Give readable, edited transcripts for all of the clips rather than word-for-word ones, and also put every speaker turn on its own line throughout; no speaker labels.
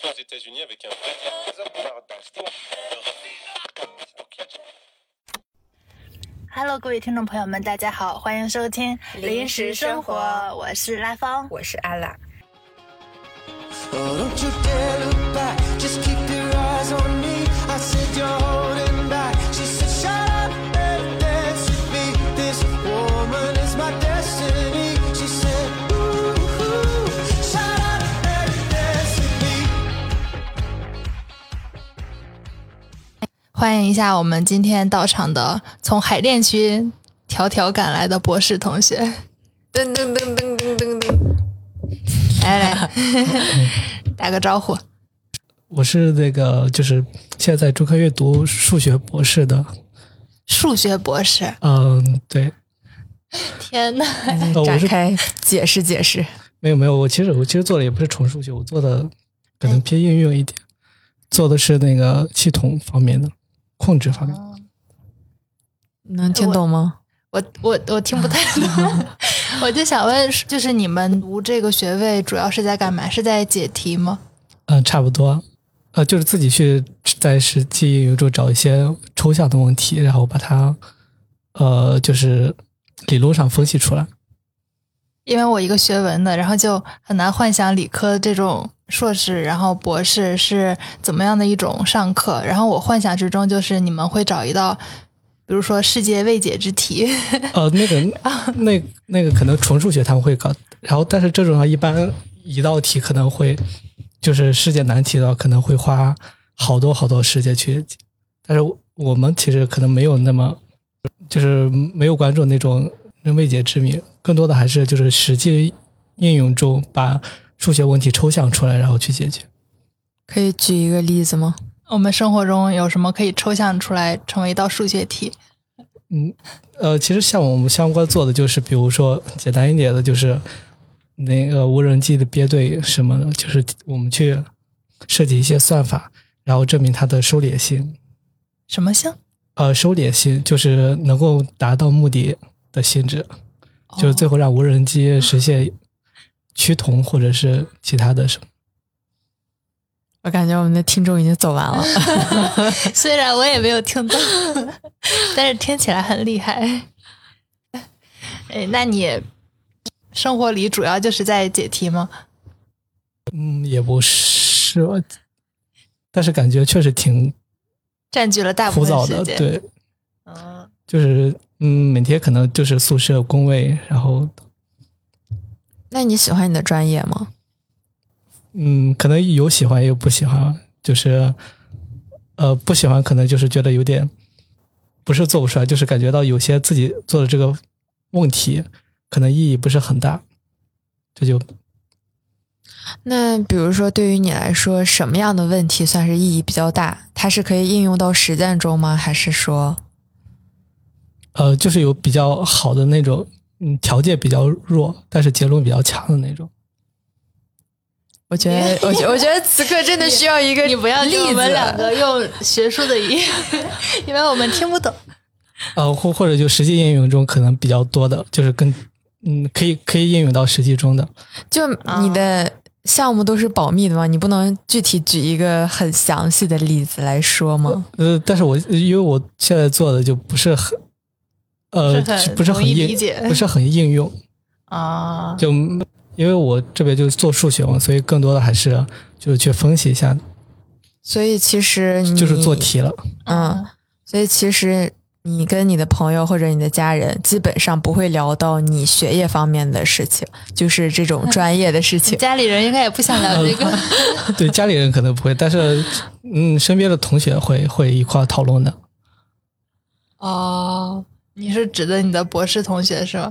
Hello， 各位听众朋友们，大家好，欢迎收听临时生活，我是拉芳，
我是阿拉。
欢迎一下我们今天到场的从海淀区迢迢赶来的博士同学。
噔噔噔噔噔噔噔，
来打个招呼。
我是那个就是现在在中科院读数学博士的。
数学博士？
对。
天哪！
展开解释解释。
没有，我其实做的也不是纯数学，我做的可能偏应用一点，做的是那个系统方面的。控制方面。
能听懂吗？
我听不太懂。我就想问，就是你们读这个学位主要是在干嘛？是在解题吗？
差不多。就是自己去在实际应用中找一些抽象的问题，然后把它就是理论上分析出来。
因为我一个学文的，然后就很难幻想理科这种硕士然后博士是怎么样的一种上课，然后我幻想之中就是你们会找一道比如说世界未解之题。
那个可能纯数学他们会搞，然后但是这种一般一道题可能会就是世界难题的话可能会花好多时间去解，但是我们其实可能没有那么就是没有关注那种未解之谜，更多的还是就是实际应用中把数学问题抽象出来然后去解决。
可以举一个例子吗？
我们生活中有什么可以抽象出来成为一道数学题？
其实像我们相关做的就是比如说简单一点的就是那个无人机的编队什么的，就是我们去设计一些算法然后证明它的收敛性。
什么性？
收敛性就是能够达到目的的性质，就是最后让无人机实现趋同或者是其他的什么。
我感觉我们的听众已经走完了。
虽然我也没有听到，但是听起来很厉害。那你生活里主要就是在解题吗？
也不是，但是感觉确实挺
占据了大部分时间。
对，就是每天可能就是宿舍工位，然后。
那你喜欢你的专业吗？
可能有喜欢也有不喜欢，就是不喜欢可能就是觉得有点不是做不出来，就是感觉到有些自己做的这个问题可能意义不是很大，这就。
那比如说对于你来说什么样的问题算是意义比较大？它是可以应用到实践中吗？还是说
就是有比较好的那种条件比较弱但是结论比较强的那种。
我觉得此刻真的需要一个例子。
你不要给我们两个用学术的语言，因为我们听不懂。
或者就实际应用中可能比较多的，就是跟可以应用到实际中的。
就你的项目都是保密的吗？你不能具体举一个很详细的例子来说吗？
但是因为我现在做的就不是很不是很应用
啊，
就因为我这边就做数学嘛，所以更多的还是就是去分析一下。
所以其实你
就是做题了。
所以其实你跟你的朋友或者你的家人基本上不会聊到你学业方面的事情，就是这种专业的事情。
家里人应该也不想聊这个。
对，家里人可能不会，但是身边的同学会一块讨论的。
你是指的你的博士同学是吗？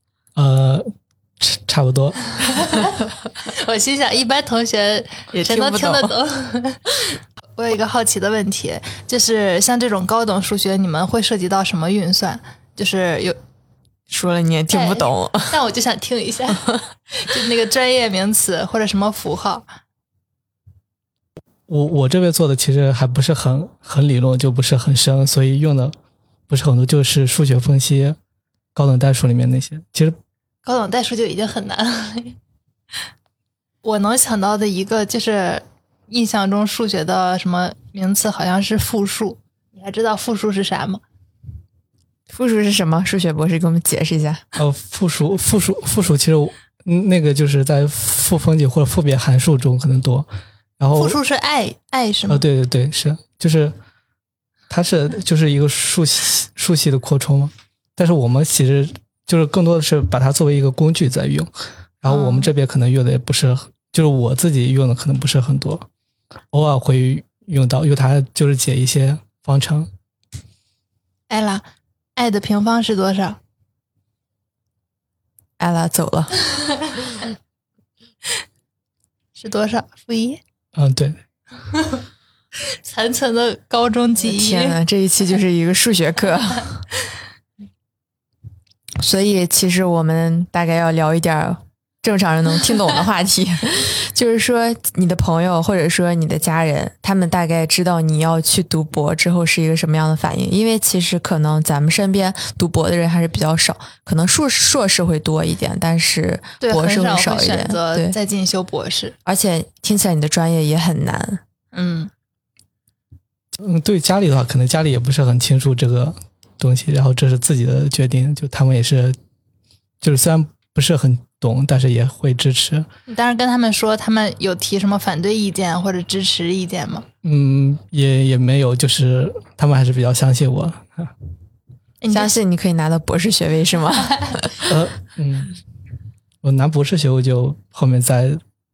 差不多。
我心想一般同学谁能听得懂。我有一个好奇的问题，就是像这种高等数学你们会涉及到什么运算？就是有
说了你也听不懂。
但我就想听一下。就那个专业名词或者什么符号。
我这边做的其实还不是很理论，就不是很深，所以用的不是很多，就是数学分析高等代数里面那些。其实
高等代数就已经很难了。我能想到的一个就是印象中数学的什么名词好像是复数，你还知道复数是啥吗？
复数是什么？数学博士给我们解释一下。
复数其实那个就是在复分解或者复别函数中可能多。然后
复数是爱是吗？
对对对，是就是它就是一个数系的扩充嘛。但是我们其实就是更多的是把它作为一个工具在用，然后我们这边可能用的也不是，就是我自己用的可能不是很多，偶尔会用它就是解一些方程。
艾拉，爱的平方是多少？
艾拉走了。
是多少？负1？
对。
残存的高中记忆。
天哪，这一期就是一个数学课。所以其实我们大概要聊一点正常人能听懂的话题。就是说你的朋友或者说你的家人，他们大概知道你要去读博之后是一个什么样的反应。因为其实可能咱们身边读博的人还是比较少，可能硕士会多一点，但是博士会少一点。
对，很少会选择再进修博士。
而且听起来你的专业也很难。
对家里的话，可能家里也不是很清楚这个东西，然后这是自己的决定，就他们也是，就是虽然不是很懂，但是也会支持。
你当时跟他们说，他们有提什么反对意见或者支持意见吗？
也没有，就是他们还是比较相信我。
相信你可以拿到博士学位是吗？
我拿博士学位就后面再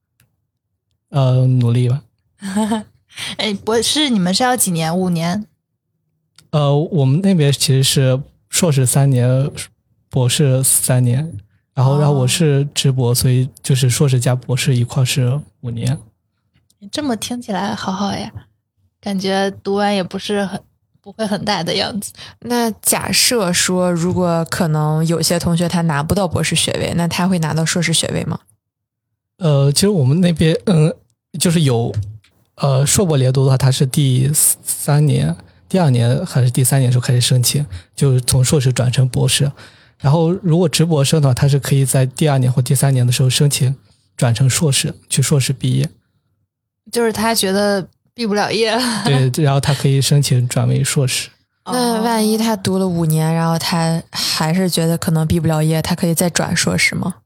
努力吧。
博士你们是要几年？5年？
我们那边其实是硕士3年，博士3年，然后我是直博，所以就是硕士加博士一块是5年。
这么听起来好呀，感觉读完也不会很大的样子。
那假设说，如果可能有些同学他拿不到博士学位，那他会拿到硕士学位吗？
其实我们那边就是有硕博连读的话，它是第2年还是第3年的时候开始申请，就是从硕士转成博士。然后如果直博生的话，他是可以在第2年或第3年的时候申请转成硕士，去硕士毕业。
就是他觉得毕不了业。
对，然后他可以申请转为硕士。
那万一他读了5年，然后他还是觉得可能毕不了业，他可以再转硕士吗？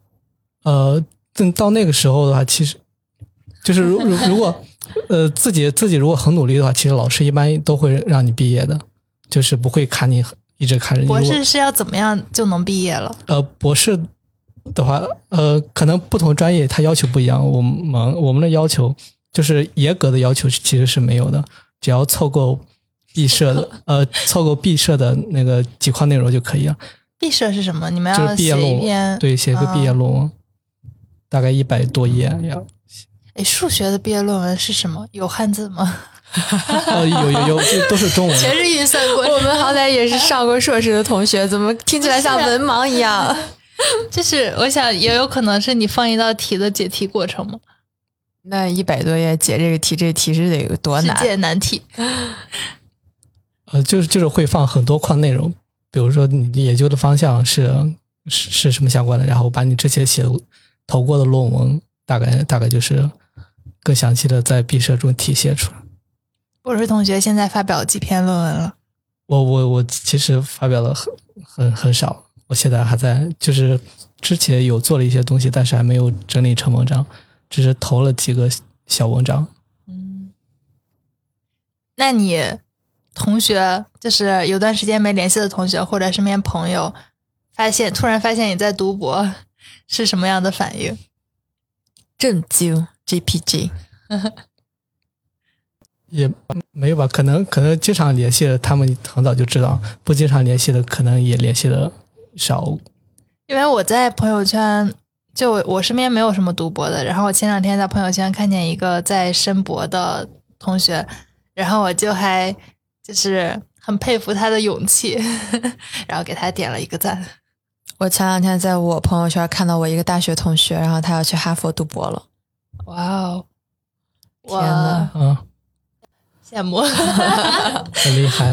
到那个时候的话，其实就是如果自己如果很努力的话，其实老师一般都会让你毕业的，就是不会卡你一直卡着你。
博士是要怎么样就能毕业了？
博士的话，可能不同专业它要求不一样。我们的要求就是严格的要求其实是没有的，只要凑够毕设的那个几块内容就可以了。
毕设是什么？你们
就是
要写一篇，
对，写个毕业论文，大概100多页要。
数学的毕业论文是什么？有汉字吗？
有，都是中文。
全是运算过程。
我们好歹也是上过硕士的同学，怎么听起来像文盲一样？
就是我想也有可能是你放一道题的解题过程吗？
那100多页解这个题是得有多难？
世界难题。
就是会放很多块内容，比如说你研究的方向是什么相关的，然后把你之前投过的论文大概就是更详细的在毕设中体现出来。
博士同学现在发表几篇论文了？
我其实发表了很少，我现在还在，就是之前有做了一些东西，但是还没有整理成文章，只是投了几个小文章。
那你同学就是有段时间没联系的同学或者身边朋友突然发现你在读博，是什么样的反应？
震惊 JPG。
也没有吧，可能经常联系的他们很早就知道，不经常联系的可能也联系的少。
因为我在朋友圈，就我身边没有什么读博的，然后我前2天在朋友圈看见一个在申博的同学，然后我就是很佩服他的勇气，然后给他点了一个赞。
我前2天在我朋友圈看到我一个大学同学，然后他要去哈佛读博了。
哇哦！
天哪！
羡慕。
很厉害。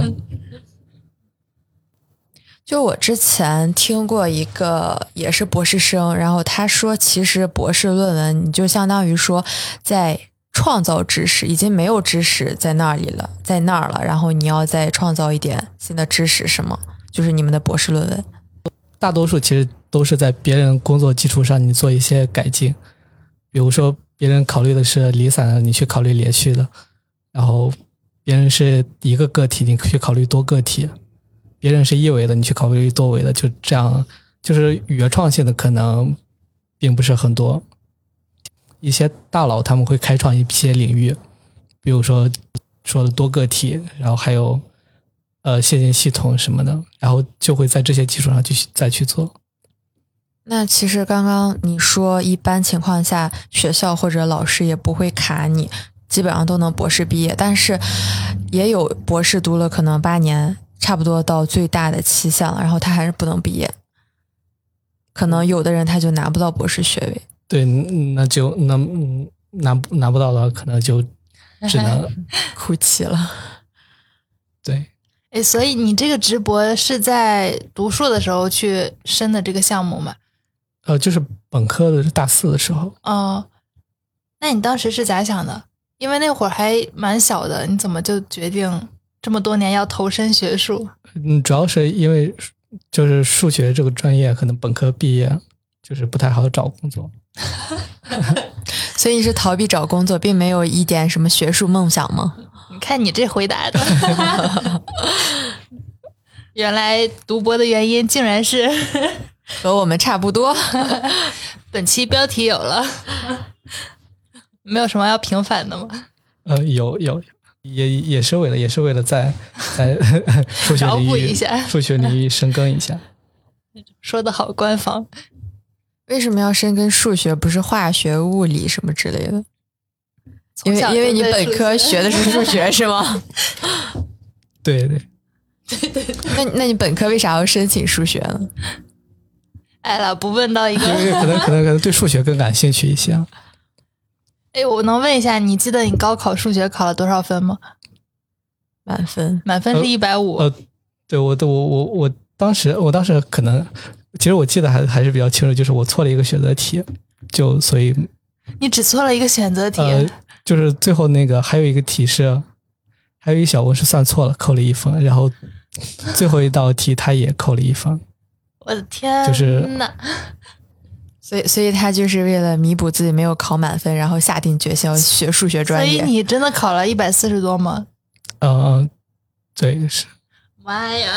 就我之前听过一个也是博士生，然后他说其实博士论文你就相当于说在创造知识，已经没有知识在那里了，在那儿了，然后你要再创造一点新的知识，是吗？就是你们的博士论文。
大多数其实都是在别人工作基础上你做一些改进，比如说别人考虑的是离散的，你去考虑连续的，然后别人是一个个体，你去考虑多个体，别人是一维的，你去考虑多维的，就这样，就是原创性的可能并不是很多。一些大佬他们会开创一些领域，比如说的多个体，然后还有线性系统什么的，然后就会在这些基础上再去做。
那其实刚刚你说一般情况下学校或者老师也不会卡你，基本上都能博士毕业，但是也有博士读了可能8年，差不多到最大的期限了，然后他还是不能毕业，可能有的人他就拿不到博士学位。
对，那就拿不到的话，可能就只能
哭泣了。
对。
哎，所以你这个直博是在读硕的时候去申的这个项目吗？
就是本科的大4的时候。
哦，那你当时是咋想的？因为那会儿还蛮小的，你怎么就决定这么多年要投身学术？
主要是因为就是数学这个专业，可能本科毕业就是不太好找工作。
所以你是逃避找工作，并没有一点什么学术梦想吗？
你看你这回答的，原来读博的原因竟然是
和我们差不多。
本期标题有了，没有什么要平反的吗？
有，也是为了在数学领域深耕一下。
说的好官方。
为什么要深耕数学，不是化学、物理什么之类的？因为你本科学的是数学是吗？
对。
那你本科为啥要申请数学呢？
哎了，不问到一个，
因为可能对数学更感兴趣一些。
哎，我能问一下，你记得你高考数学考了多少分吗？
满分
是150。
对，我当时可能，其实我记得还是比较清楚，就是我错了一个选择题，就所以
你只错了一个选择题。
就是最后那个还有一个题是，还有一小问是算错了，扣了1分，然后最后一道题他也扣了1分。
我的天呐！
就是
所以他就是为了弥补自己没有考满分，然后下定决心要学数学专业。
所以你真的考了140多吗？
对，是。
妈呀！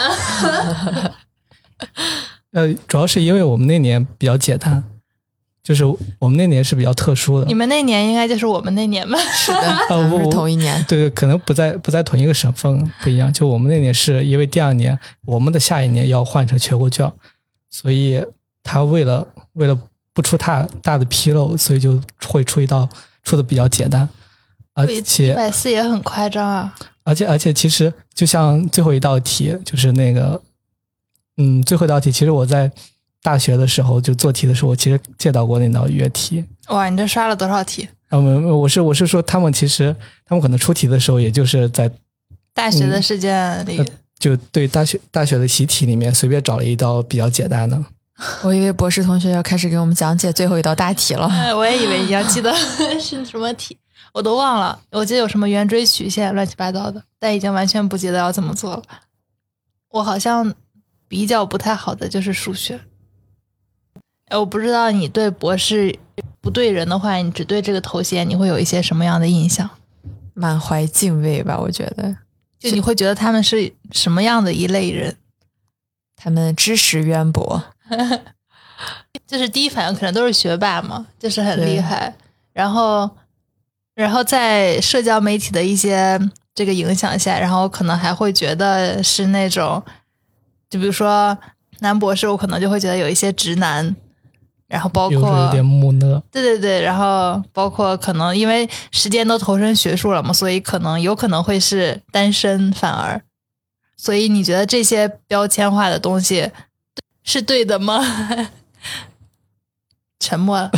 主要是因为我们那年比较简单，就是我们那年是比较特殊的。
你们那年应该就是我们那年吧？
是的，我们是同一年。
对，可能不在同一个省份不一样。就我们那年是因为第2年我们的下一年要换成全国卷，所以他为了不出大的纰漏，所以就会出的比较简单，而且
140也很夸张啊。
而且其实就像最后一道题，就是那个最后一道题，其实我在大学的时候就做题的时候，我其实见到过那道约题。
哇，你这刷了多少题？
我是说他们可能出题的时候，也就是在
大学的时间里，
就对大学的习题里面随便找了一道比较简单的。
我以为博士同学要开始给我们讲解最后一道大题了。
我也以为你要记得是什么题，我都忘了。我记得有什么圆锥曲线乱七八糟的，但已经完全不记得要怎么做了。我好像比较不太好的就是数学。我不知道你对博士不对人的话，你只对这个头衔，你会有一些什么样的印象？
满怀敬畏吧，我觉得。
就你会觉得他们是什么样的一类人？
他们知识渊博。
就是第一反应可能都是学霸嘛，就是很厉害。然后在社交媒体的一些这个影响下，然后可能还会觉得是那种，就比如说男博士，我可能就会觉得有一些直男，然后包括
有点木讷。
对，然后包括可能因为时间都投身学术了嘛，所以有可能会是单身反而。所以你觉得这些标签化的东西是对的吗？沉默了。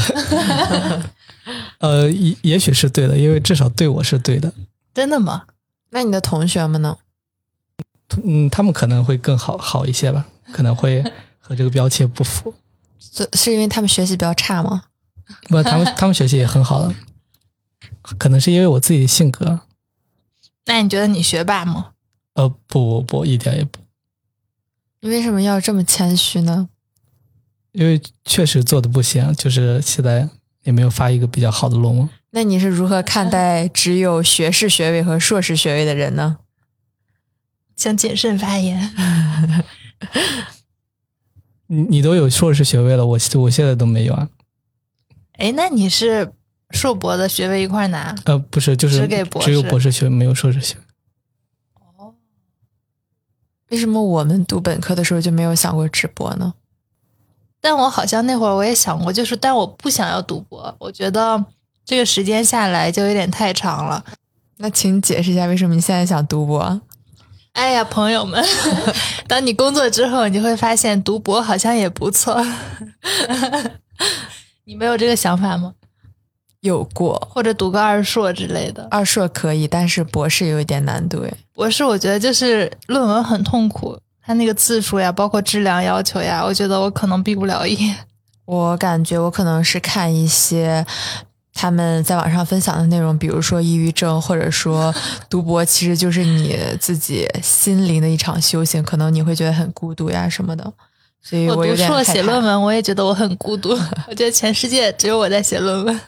也许是对的，因为至少对我是对的。
真的吗？
那你的同学们呢？
他们可能会更好一些吧，可能会和这个标签不符。
是因为他们学习比较差吗？
不，他们学习也很好的。 可能是因为我自己的性格。
那你觉得你学霸吗？
不，一点也不。
你为什么要这么谦虚呢？
因为确实做的不行，就是现在也没有发一个比较好的论文。
那你是如何看待只有学士学位和硕士学位的人呢？
请谨慎发言。
你都有硕士学位了，我现在都没有啊。
哎，那你是硕博的学位一块拿？
不是，就是
只给博士，
只有博士学位，没有硕士学位。
哦，
为什么我们读本科的时候就没有想过直博呢？
但我好像那会儿我也想过，但我不想要读博，我觉得这个时间下来就有点太长了。
那请解释一下为什么你现在想读博？
哎呀，朋友们，当你工作之后，你就会发现读博好像也不错。你没有这个想法吗？
有过，
或者读个二硕之类的。
二硕可以，但是博士有一点难度。
博士我觉得就是论文很痛苦，它那个字数呀，包括质量要求呀，我觉得我可能毕不了业。
我感觉我可能是看一些他们在网上分享的内容，比如说抑郁症，或者说读博其实就是你自己心灵的一场修行，可能你会觉得很孤独呀什么的。所以
我
有点
读硕写论文，我也觉得我很孤独。我觉得全世界只有我在写论文。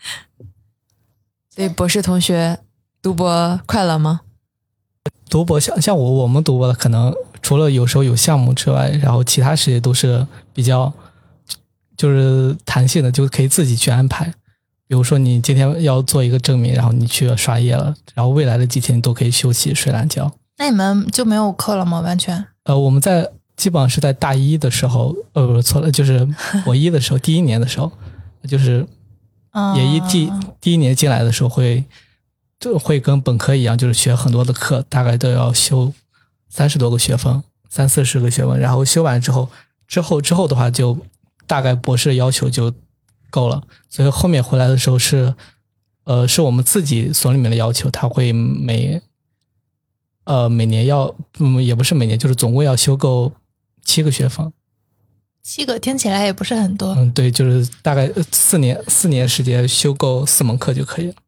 所以博士同学读博快乐吗？
读博像我们读博的，可能除了有时候有项目之外，然后其他时间都是比较就是弹性的，就可以自己去安排。比如说你今天要做一个证明，然后你去刷夜了，然后未来的几天你都可以休息睡懒觉。
那你们就没有课了吗？完全？
我们基本上是在大一的时候，不错了，就是博一的时候，第一年的时候，就是也第一年进来的时候会跟本科一样，就是学很多的课，大概都要修30多个学分，30-40个学分，然后修完之后的话，就大概博士的要求就够了。所以后面回来的时候是我们自己所里面的要求，他会每年要也不是每年，就是总共要修够7个学分。
7个听起来也不是很多。
对，就是大概4年时间修够4门课就可以了。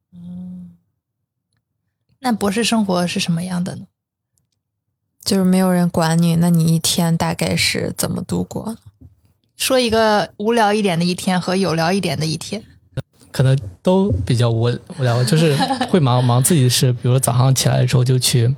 那博士生活是什么样的呢？
就是没有人管你，那你一天大概是怎么度过？
说一个无聊一点的一天和有聊一点的一天。
可能都比较无聊，就是会忙自己的事，比如早上起来的时候就去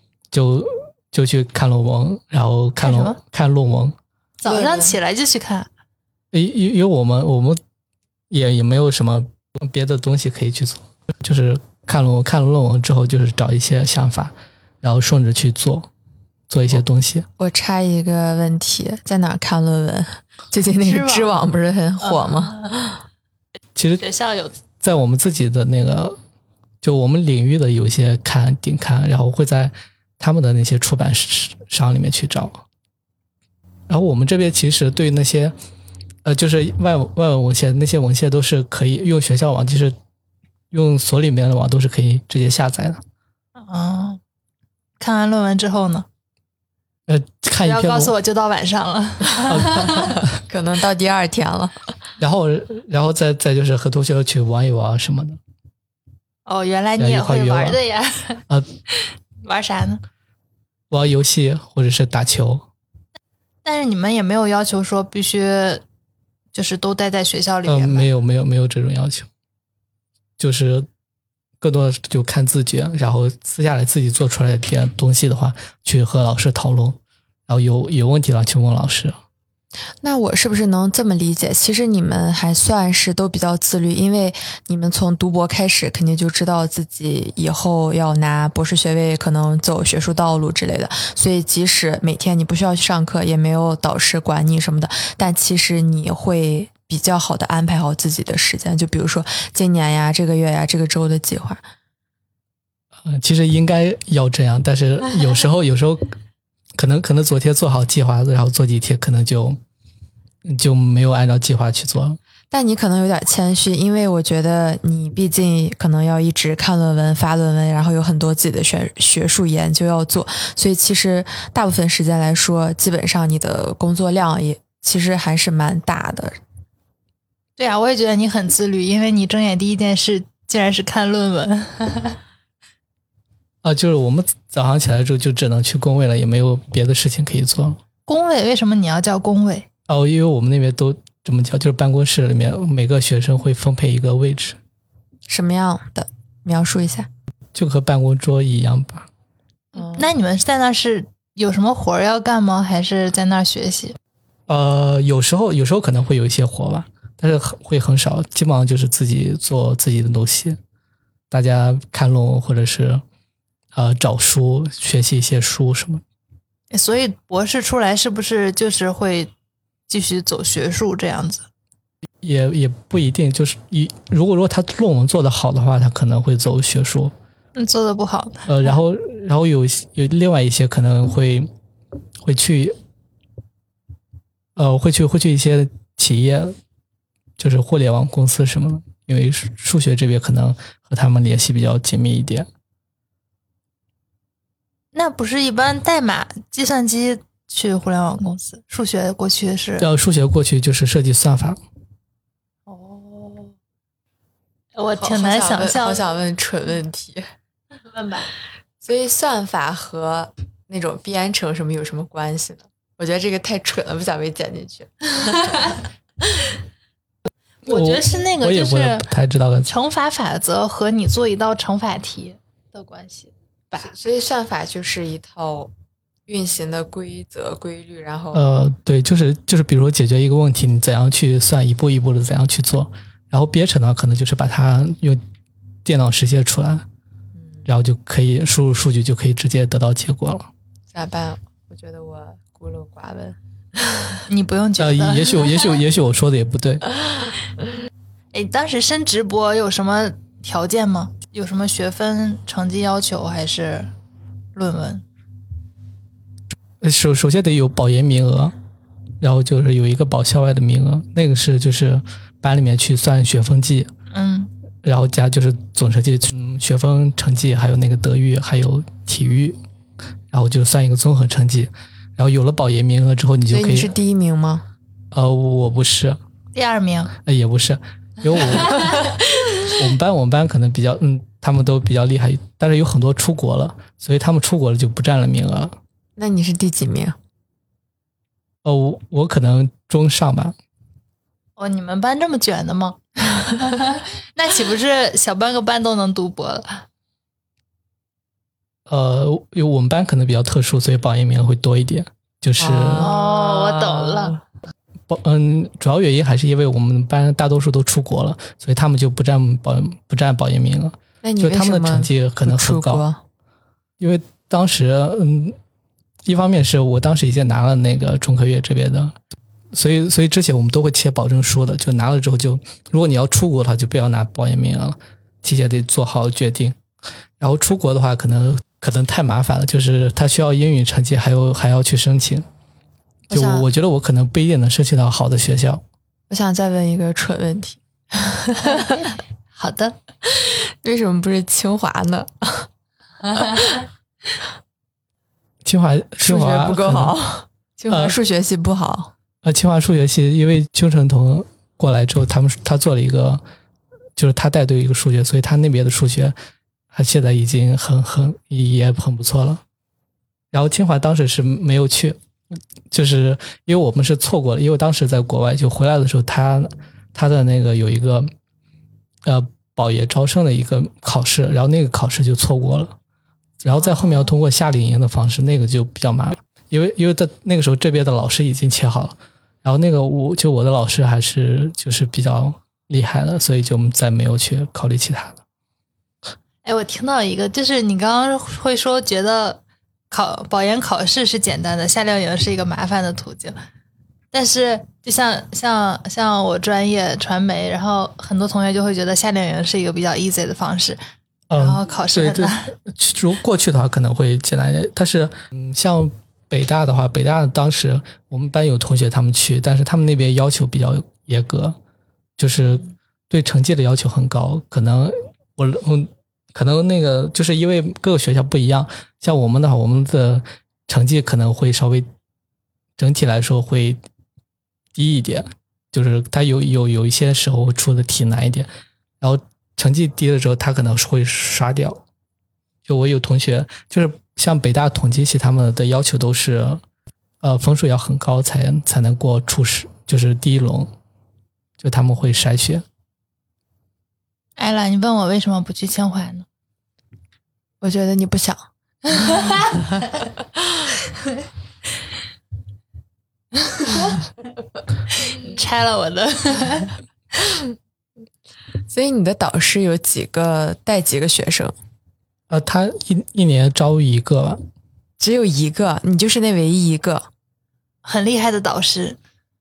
看论文，然后看论文。
早上起来就去看？
因为我们也没有什么别的东西可以去做，就是看了论文之后，就是找一些想法，然后顺着去做一些东西。
我插一个问题，在哪看论文？最近那个知网不是很火吗？
其实
学校有，
在我们自己的那个，就我们领域的有一些顶刊，然后会在他们的那些出版商里面去找。然后我们这边其实对那些就是外文文献，那些文献都是可以用学校网，就是用所里面的网都是可以直接下载的。
哦，看完论文之后呢？
看一篇，
不要告诉我就到晚上了，
可能到第2天了。
然后再就是和同学去玩一玩什么的。
哦，原来你也会玩的呀？玩啥呢？
玩游戏或者是打球。
但是你们也没有要求说必须就是都待在学校里面？
没有这种要求，就是更多的就看自己，然后私下来自己做出来的点东西的话，去和老师讨论，然后有问题了去问老师。
那我是不是能这么理解？其实你们还算是都比较自律，因为你们从读博开始，肯定就知道自己以后要拿博士学位，可能走学术道路之类的。所以即使每天你不需要去上课，也没有导师管你什么的，但其实你会比较好的安排好自己的时间。就比如说今年呀、这个月呀、这个周的计划。
其实应该要这样，但是有时候可能昨天做好计划，然后做几天可能就没有按照计划去做。
但你可能有点谦虚，因为我觉得你毕竟可能要一直看论文、发论文，然后有很多自己的学术研究要做，所以其实大部分时间来说，基本上你的工作量也其实还是蛮大的。
对啊，我也觉得你很自律，因为你睁眼第一件事竟然是看论文。
就是我们早上起来之后就只能去工位了，也没有别的事情可以做。
工位为什么你要叫工位？
因为我们那边都这么叫，就是办公室里面每个学生会分配一个位置。
什么样的？描述一下。
就和办公桌一样吧。
那你们在那是有什么活要干吗？还是在那儿学习？
有时候可能会有一些活吧，但是会很少，基本上就是自己做自己的东西，大家看论文或者是找书学习一些书什么。
所以博士出来是不是就是会继续走学术这样子？
也不一定，就是如果说他论文做得好的话，他可能会走学术。
做得不好。
然后有另外一些可能会去会去一些企业，就是互联网公司什么的，因为数学这边可能和他们联系比较紧密一点。
那不是一般代码计算机去互联网公司，数学过去是？
数学过去就是设计算法。
我挺难想象。
好想问蠢问题。
问吧。
所以算法和那种编程什么有什么关系呢？我觉得这个太蠢了，不想被剪进去。
我觉得是那个，就是
不太知道
乘法法则和你做一道乘法题的关系吧。
所以算法就是一套运行的规则规律，然后
对，就是比如说解决一个问题，你怎样去算，一步一步的怎样去做。然后编程呢，可能就是把它用电脑实现出来，然后就可以输入数据，就可以直接得到结果了。
咋办？我觉得我孤陋寡闻。
你不用觉得。
也许我说的也不对。
当时申直播有什么条件吗？有什么学分、成绩要求还是论文？
首先得有保研名额，然后就是有一个保校外的名额，那个是就是班里面去算学分绩，然后加就是总成绩，学分成绩，还有那个德育，还有体育，然后就算一个综合成绩。然后有了保研名额之后，你就可以。
所以你是第一名吗？
我不是。
第二名？
也不是，因为我们班可能比较他们都比较厉害，但是有很多出国了，所以他们出国了就不占了名额。
那你是第几名？
我可能中上吧。
你们班这么卷的吗？那岂不是小半个班都能读博了？
因为我们班可能比较特殊，所以保研名额会多一点。就是
我懂了。
主要原因还是因为我们班大多数都出国了，所以他们就不占保研名额。
那你
就他们的成绩可能很高。因为当时一方面是我当时已经拿了那个中科院这边的，所以之前我们都会签保证书的，就拿了之后就，如果你要出国的话，就不要拿保研名额了，提前得做好决定。然后出国的话，可能太麻烦了，就是他需要英语成绩，还要去申请。就我觉得我可能不一定能申请到好的学校。
我想再问一个蠢问题。
好的。
为什么不是清华呢？
清华
数学不够好。清华数学系不好。
清华数学系因为邱成桐过来之后，他做了一个，就是他带队一个数学，所以他那边的数学他现在已经也很不错了。然后清华当时是没有去，就是因为我们是错过了，因为当时在国外，就回来的时候他的那个有一个保研招生的一个考试，然后那个考试就错过了，然后在后面要通过夏令营的方式，那个就比较麻烦，因为在那个时候这边的老师已经签好了，然后那个我的老师还是就是比较厉害的，所以就再没有去考虑其他的。
我听到一个，就是你刚刚会说觉得保研考试是简单的，夏令营是一个麻烦的途径，但是就像我专业传媒，然后很多同学就会觉得夏令营是一个比较 easy 的方式，然后考试很难。
如果过去的话可能会简单一点，但是像北大的话，北大当时我们班有同学他们去，但是他们那边要求比较严格，就是对成绩的要求很高，可能那个就是因为各个学校不一样，像我们的话，我们的成绩可能会稍微整体来说会低一点，就是它有一些时候出的题难一点，然后成绩低的时候他可能会刷掉。就我有同学就是像北大统计系他们的要求都是分数要很高才能过初试，就是第一轮，就他们会筛选。
艾拉，你问我为什么不去清华呢？
我觉得你不想。
拆了我的。
所以你的导师有带几个学生？
他一年招一个吧。
只有一个，你就是那唯一一个
很厉害的导师。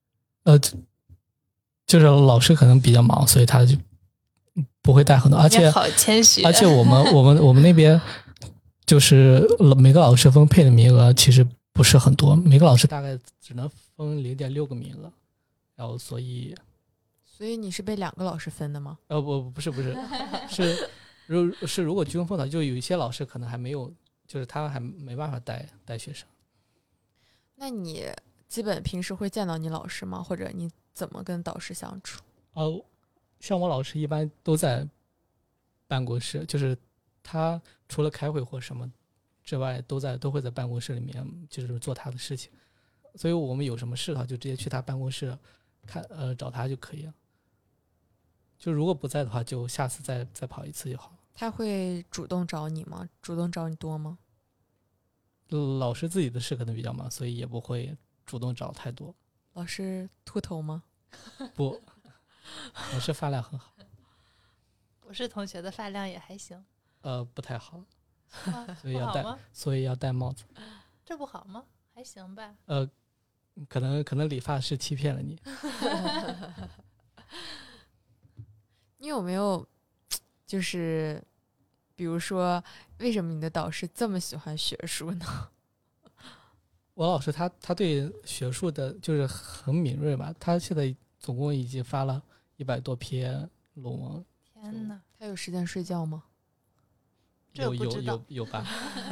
就是老师可能比较忙，所以他就不会带很多，而且
好谦虚。
而且我们那边就是每个老师分配的名额其实不是很多，每个老师大概只能分0.6个名额，然后所以
你是被2个老师分的吗？
不是如果均分的，就有一些老师可能还没有，就是他还没办法带学生。
那你基本平时会见到你老师吗？或者你怎么跟导师相处？
像我老师一般都在办公室，就是他除了开会或什么之外，都会在办公室里面，就是做他的事情。所以我们有什么事的话，就直接去他办公室找他就可以了。就如果不在的话，就下次再跑一次就好了。
他会主动找你吗？主动找你多吗？
老师自己的事可能比较忙，所以也不会主动找太多。
老师秃头吗？
不，老师发量很好。
我是同学的发量也还行。
不太好，
所以要戴
帽子。
这不好吗？还行吧。
可能理发师欺骗了你。
你有没有就是比如说为什么你的导师这么喜欢学术呢？
我老师他对学术的就是很敏锐吧，他现在总共已经发了100多篇论文。
天哪，
他有时间睡觉吗？
有吧。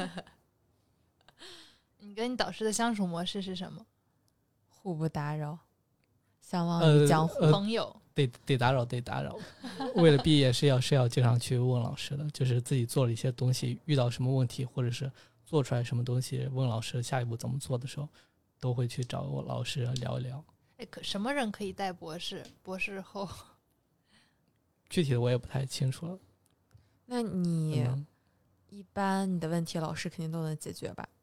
你跟你导师的相处模式是什么？
互不打扰，相忘于江湖。
朋友
得打扰。为了毕业是要经常去问老师的，就是自己做了一些东西，遇到什么问题或者是做出来什么东西，问老师下一步怎么做的时候，都会去找我老师聊一聊。
什么人可以带博士？博士后
具体的我也不太清楚了。
那你一般你的问题老师肯定都能解决吧？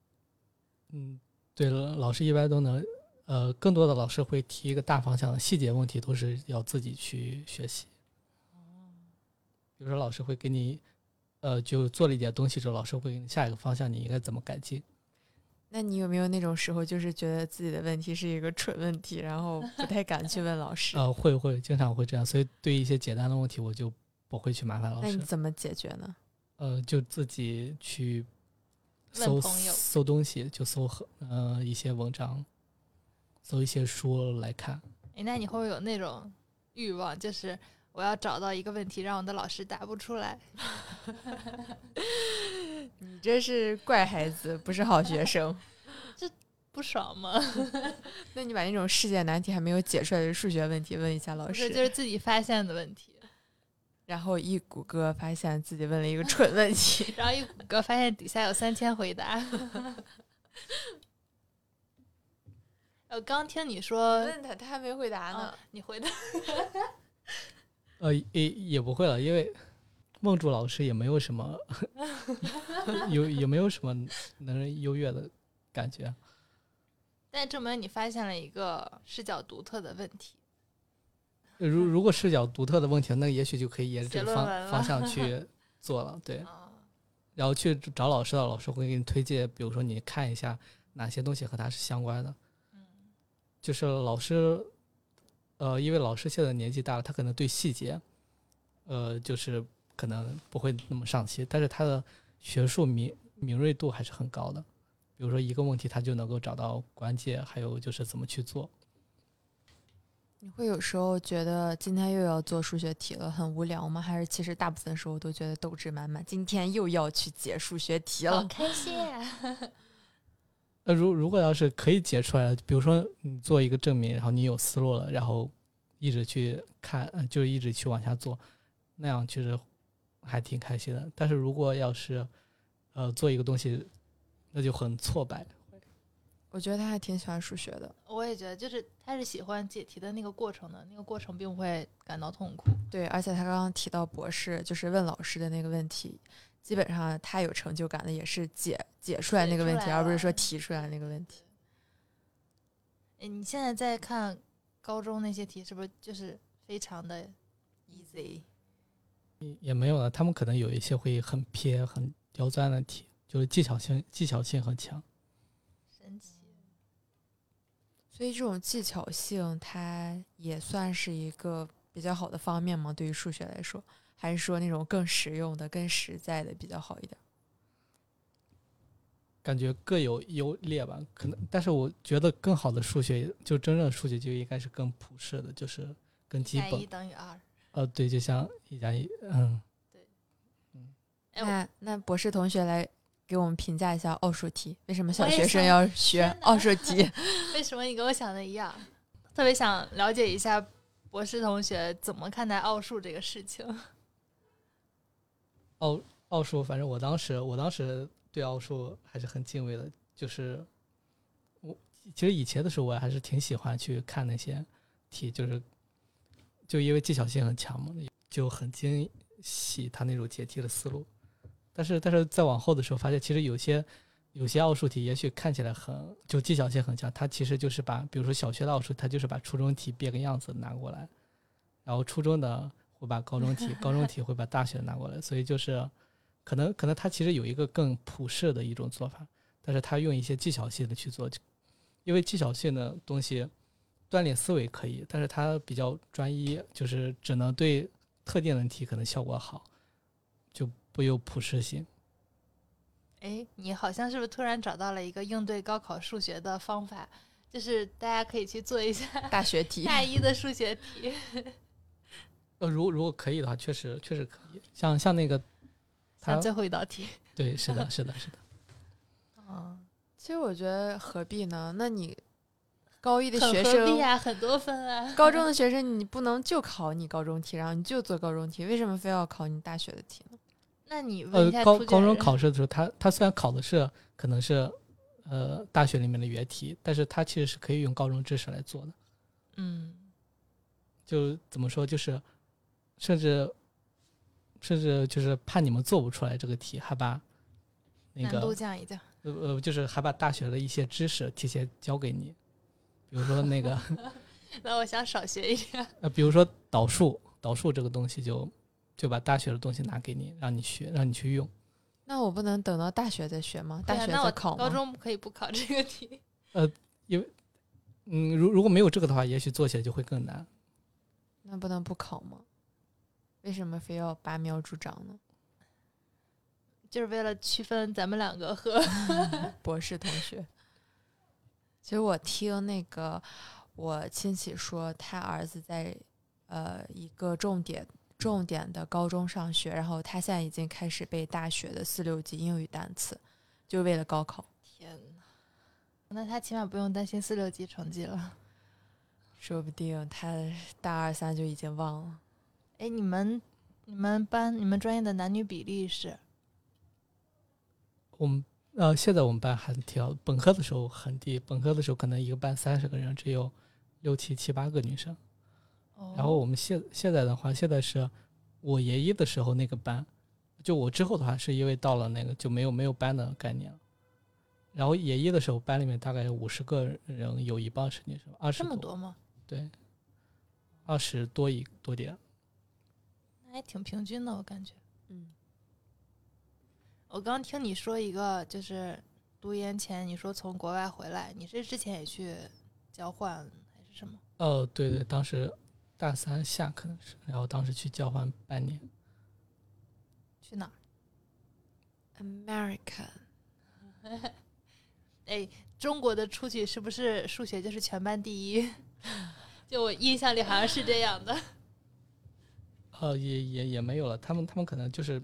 对了，老师一般都能。更多的老师会提一个大方向的，细节问题都是要自己去学习。比如说老师会给你就做了一点东西之后，老师会给你下一个方向，你应该怎么改进。
那你有没有那种时候就是觉得自己的问题是一个蠢问题，然后不太敢去问老师？
会经常会这样，所以对于一些简单的问题我就不会去麻烦老师。
那你怎么解决呢？
就自己去搜东西，就搜一些文章，搜一些书来看。
那你会不会有那种欲望，就是我要找到一个问题让我的老师答不出来？
你这是怪孩子，不是好学生。
这不爽吗？
那你把那种世界难题还没有解出来的数学问题问一下老师。
就是自己发现的问题，
然后一谷歌发现自己问了一个蠢问题。
然后一谷歌发现底下有3000回答。我刚听你说，
问他还没回答呢。
你回答。
也不会了，因为梦竹老师也没有什么也没有什么能人优越的感觉。
但证明你发现了一个视角独特的问题。
如果视角独特的问题，那也许就可以沿着这个方向去做了。对，然后去找老师的，老师会给你推荐，比如说你看一下哪些东西和它是相关的。就是老师因为老师现在年纪大了，他可能对细节就是可能不会那么上心，但是他的学术敏锐度还是很高的。比如说一个问题他就能够找到关键，还有就是怎么去做。
你会有时候觉得今天又要做数学题了很无聊吗？还是其实大部分时候都觉得斗志满满，今天又要去解数学题了，
好开心啊。
如果要是可以解出来，比如说你做一个证明，然后你有思路了，然后一直去看，就一直去往下做， 那样其实还挺开心的。但是如果要是做一个东西，那就很挫败。
我觉得他还挺喜欢数学的。
我也觉得，就是他是喜欢解题的那个过程的，那个过程并不会感到痛苦。
对，而且他刚刚提到博士，就是问老师的那个问题，基本上他有成就感的也是解出来那个问题，而不是说提出来那个问题。
你现在在看高中那些题，是不是就是非常的 easy？
也没有了，他们可能有一些会很偏、很刁钻的题，就是技巧性很强。
神奇。
所以这种技巧性，它也算是一个比较好的方面吗？对于数学来说，还是说那种更实用的、更实在的比较好一点？
感觉各有优劣吧，可能，但是我觉得更好的数学，就真正的数学就应该是更普世的，就是更基本。
1+1等于2。
对，就像1+1，
对，
那博士同学来给我们评价一下奥数题，为什么小学生要学奥数题？
为什么你跟我想的一样？特别想了解一下博士同学怎么看待奥数这个事情。
奥数，反正我当时对奥数还是很敬畏的，就是其实以前的时候我还是挺喜欢去看那些题，就因为技巧性很强嘛，就很惊喜他那种解题的思路。但是再往后的时候，发现其实有些奥数题也许看起来就技巧性很强，它其实就是比如说小学的奥数，它就是把初中题变个样子拿过来，然后初中的会把高中题，高中题会把大学拿过来，所以就是可能它其实有一个更普世的一种做法，但是它用一些技巧性的去做，因为技巧性的东西锻炼思维可以，但是它比较专一，就是只能对特定的题可能效果好，就不有普适性。
哎，你好像是不是突然找到了一个应对高考数学的方法？就是大家可以去做一下
大学题、
大一的数学题。
如果可以的话，确实可以。像那个，
像最后一道题。
对，是的。
其实我觉得何必呢？那你高一的学生
很何必啊，很多分啊。
高中的学生你不能就考你高中题，然后你就做高中题，为什么非要考你大学的题呢？
那你问一下
高中考试的时候，他虽然考的是可能是大学里面的原题，但是他其实是可以用高中知识来做的。就怎么说，就是甚至就是怕你们做不出来这个题，还把那个
难度降一降。
就是还把大学的一些知识提前教给你，比如说那个
那我想少学一点。
比如说导数这个东西就把大学的东西拿给你，让你学，让你去用。
那我不能等到大学再学吗？大学再考吗？
高中可以不考这个题。
因为如果没有这个的话，也许做起来就会更难。
那不能不考吗？为什么非要拔苗助长呢？
就是为了区分咱们两个和
博士同学。其实我听那个我亲戚说，他儿子在一个重点的高中上学，然后他现在已经开始背大学的4、6级英语单词，就为了高考。
天哪，那他起码不用担心4、6级成绩了。
说不定他大2、3就已经忘了。
哎，你们专业的男女比例是？
我们现在我们班还挺好，本科的时候很低，本科的时候可能一个班30个人，只有6、7、7、8个女生。然后我们现在的话，现在是我研一的时候那个班，就我之后的话，是因为到了那个就没有班的概念了。然后研一的时候，班里面大概有50个人，有一半是女生，20多。
这么多吗？
对，20多点。
那还挺平均的，我感觉。我刚听你说一个，就是读研前你说从国外回来，你是之前也去交换还是什么？
对，当时大3下可能是，然后当时去交换半年。
去哪儿
？America。
哎，中国的出去是不是数学就是全班第一？就我印象里好像是这样的。
也没有了，他们可能就是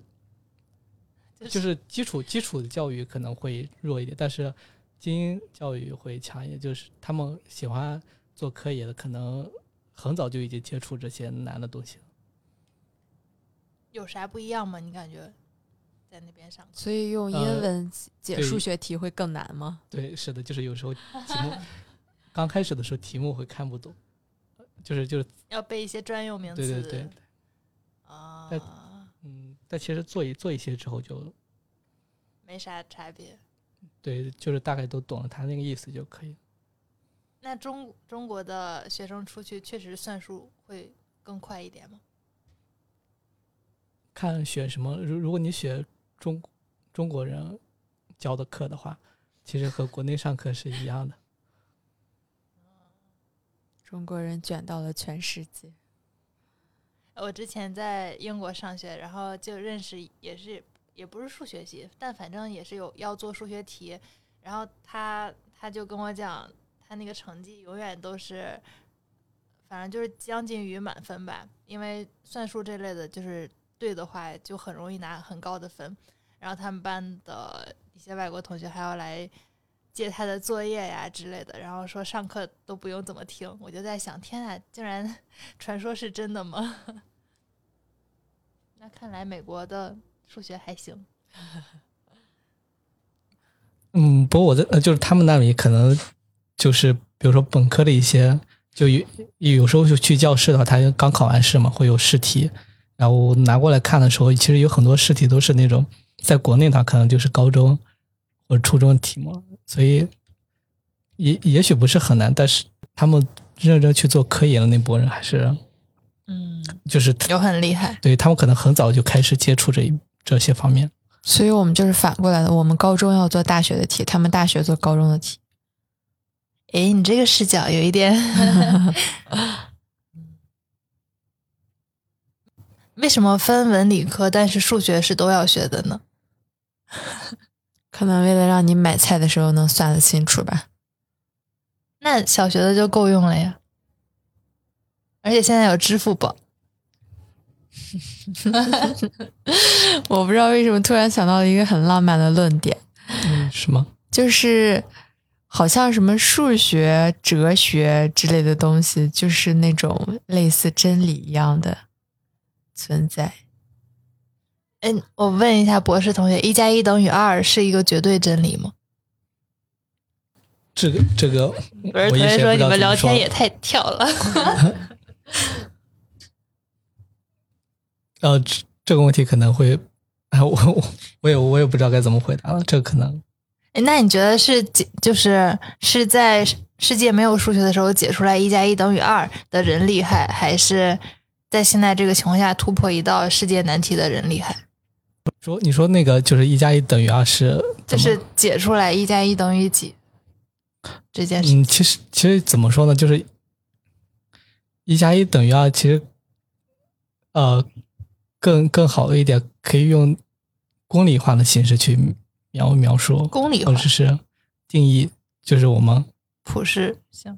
基础的教育可能会弱一点，但是精英教育会强一点，就是他们喜欢做科研的，可能很早就已经接触这些难的东西了。
有啥不一样吗？你感觉在那边上课？
所以用英文解数学题会更难吗？
对，是的，就是有时候题目刚开始的时候题目会看不懂，就是
要背一些专用名词。
对对对
啊，
但其实做一些之后就
没啥差别。
对，就是大概都懂了他那个意思就可以。
那中国的学生出去确实算术会更快一点吗？
看选什么，如果你选中国人教的课的话，其实和国内上课是一样的。
中国人卷到了全世界。
我之前在英国上学，然后就认识也不是数学系，但反正也是要做数学题，然后他就跟我讲，他那个成绩永远都是，反正就是将近于满分吧，因为算术这类的，就是对的话就很容易拿很高的分，然后他们班的一些外国同学还要来借他的作业呀之类的，然后说上课都不用怎么听，我就在想，天啊，竟然传说是真的吗？那看来美国的数学还行。
不过我就是他们那里可能就是比如说本科的一些，就有时候就去教室的话，他刚考完试嘛，会有试题，然后拿过来看的时候，其实有很多试题都是那种在国内它可能就是高中或者初中的题目，所以也许不是很难，但是他们认真去做科研的那波人还是就是
有很厉害。
对，他们可能很早就开始接触这些方面。
所以我们就是反过来的，我们高中要做大学的题，他们大学做高中的题。
诶，你这个视角有一点为什么分文理科但是数学是都要学的呢？
可能为了让你买菜的时候能算得清楚吧。
那小学的就够用了呀，而且现在有支付宝。
我不知道为什么突然想到了一个很浪漫的论点，
是吗？
就是好像什么数学、哲学之类的东西，就是那种类似真理一样的存在。
我问一下博士同学，1+1等于2是一个绝对真理吗？
这个，
博士同学说你们聊天也太跳了。
这个问题可能会，我也不知道该怎么回答了。这个可能，
那你觉得是在世界没有数学的时候解出来1+1等于2的人厉害，还是在现在这个情况下突破一道世界难题的人厉害？
你说那个就是1+1等于2是，
就是解出来1+1等于几这件事。
其实怎么说呢？就是1+1等于2，其实更好的一点，可以用公理化的形式去描述，
公理化
或者是定义，就是我们
普世性。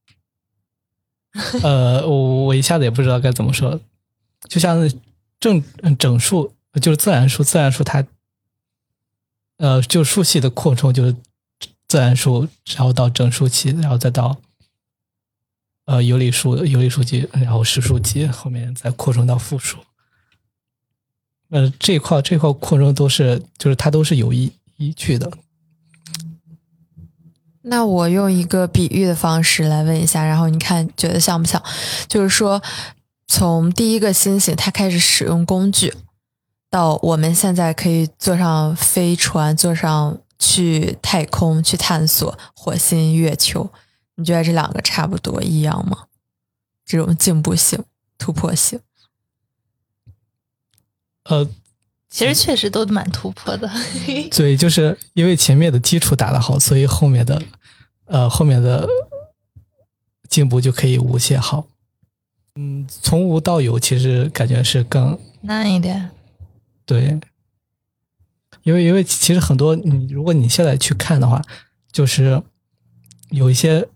我一下子也不知道该怎么说，就像整数，就是自然数它就数系的扩充就是自然数，然后到整数期，然后再到有理数集，然后实数集，后面再扩充到复数。这一块扩充就是它都是有依据的。
那我用一个比喻的方式来问一下，然后你看觉得像不像？就是说，从第一个星星它开始使用工具，到我们现在可以坐上飞船，坐上去太空去探索火星、月球，你觉得这两个差不多一样吗？这种进步性、突破性？
其实确实都蛮突破的。
对，就是因为前面的基础打得好，所以后面的进步就可以无限好。从无到有，其实感觉是更
难一点。
对，因为其实很多如果你现在去看的话，就是有一些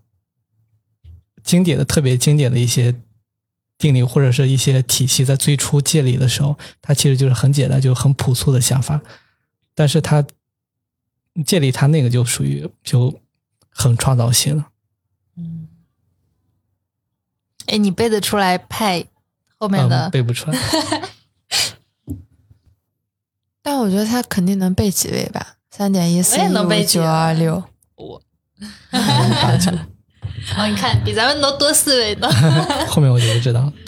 特别经典的一些定理或者是一些体系，在最初建立的时候，它其实就是很简单，就很朴素的想法，但是它建立它那个就属于就很创造性了。
你背得出来派后面的？
背不出来。
我觉得他肯定能背几位吧，3.141596。
我也能背几位
926。
我
89
哦，你看比咱们都多4位呢。
后面我就不知道。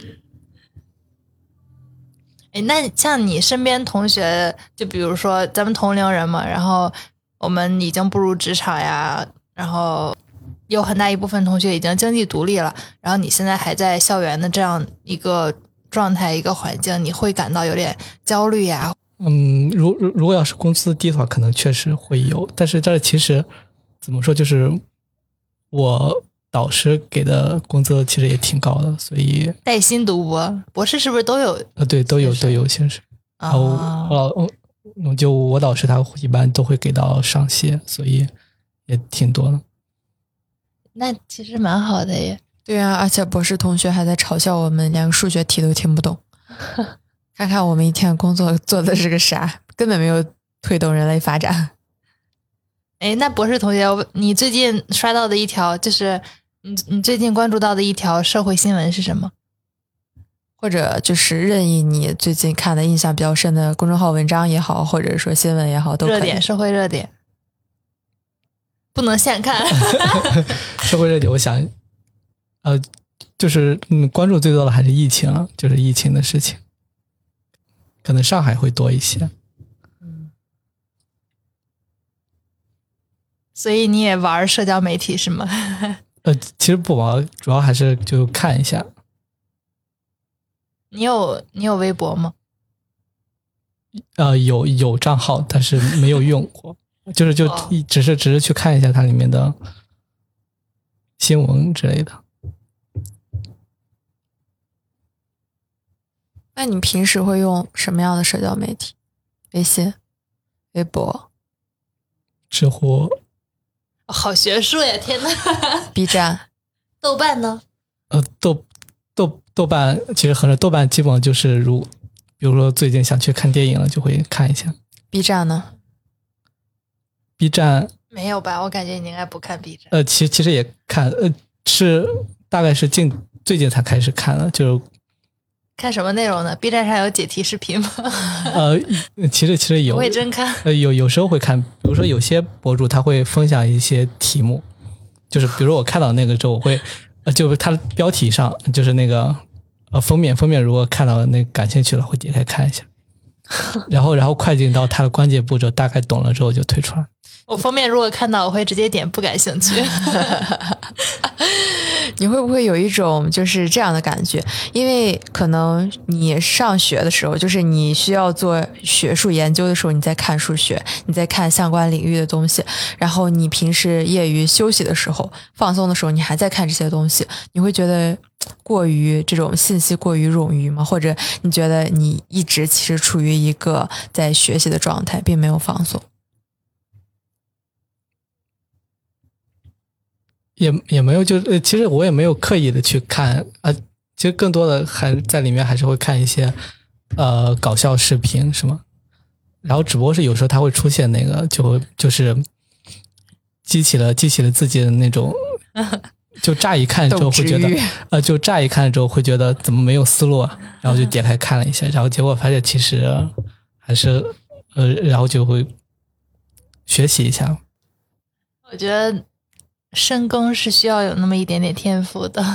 哎，那像你身边同学，就比如说咱们同龄人嘛，然后我们已经步入职场呀，然后有很大一部分同学已经经济独立了，然后你现在还在校园的这样一个状态、一个环境，你会感到有点焦虑呀？
如果要是工资低的话，可能确实会有，但是这其实怎么说，就是我导师给的工资其实也挺高的，所以
带薪读博士是不是都有？
对，都有薪水。然后就我导师他一般都会给到上限，所以也挺多的。
那其实蛮好的耶。
对啊，而且博士同学还在嘲笑我们连个数学题都听不懂。看看我们一天工作做的是个啥，根本没有推动人类发展。
哎，那博士同学，你最近刷到的一条，就是你最近关注到的一条社会新闻是什么？
或者就是任意你最近看的印象比较深的公众号文章也好，或者说新闻也好，都可以。
热点，社会热点，不能现看。
社会热点，我想，就是关注最多的还是疫情啊，就是疫情的事情，可能上海会多一些。
所以你也玩社交媒体是吗？
其实不玩，主要还是就看一下。
你有微博吗？
有账号，但是没有用过，只是去看一下它里面的新闻之类的。
那你平时会用什么样的社交媒体？微信、微博、
知乎。
好学术呀！天哪。
B 站、
豆瓣呢？
豆瓣其实很少，豆瓣基本上就是比如说最近想去看电影了，就会看一下。
B 站呢
？B 站
没有吧？我感觉你应该不看 B 站。
其实也看，大概是最近才开始看了，就
看什么内容呢 ？B 站上有解题视频吗？
其实有。
不会真看？
有时候会看，比如说有些博主他会分享一些题目，就是比如说我看到那个之后，我会就是它的标题上就是那个封面如果看到那感兴趣了，会点开看一下，然后快进到它的关键步骤，大概懂了之后就退出来。
我封面如果看到，我会直接点不感兴趣。
你会不会有一种就是这样的感觉？因为可能你上学的时候，就是你需要做学术研究的时候，你在看数学，你在看相关领域的东西，然后你平时业余休息的时候、放松的时候，你还在看这些东西，你会觉得过于这种信息过于冗余吗？或者你觉得你一直其实处于一个在学习的状态，并没有放松？
也没有，其实我也没有刻意的去看其实更多的还在里面还是会看一些搞笑视频什么，然后只不过是有时候它会出现那个就是激起了自己的那种，就乍一看之后会觉得就乍一看之后会觉得怎么没有思路啊，然后就点开看了一下，然后结果发现其实还是然后就会学习一下。
我觉得深耕是需要有那么一点点天赋的。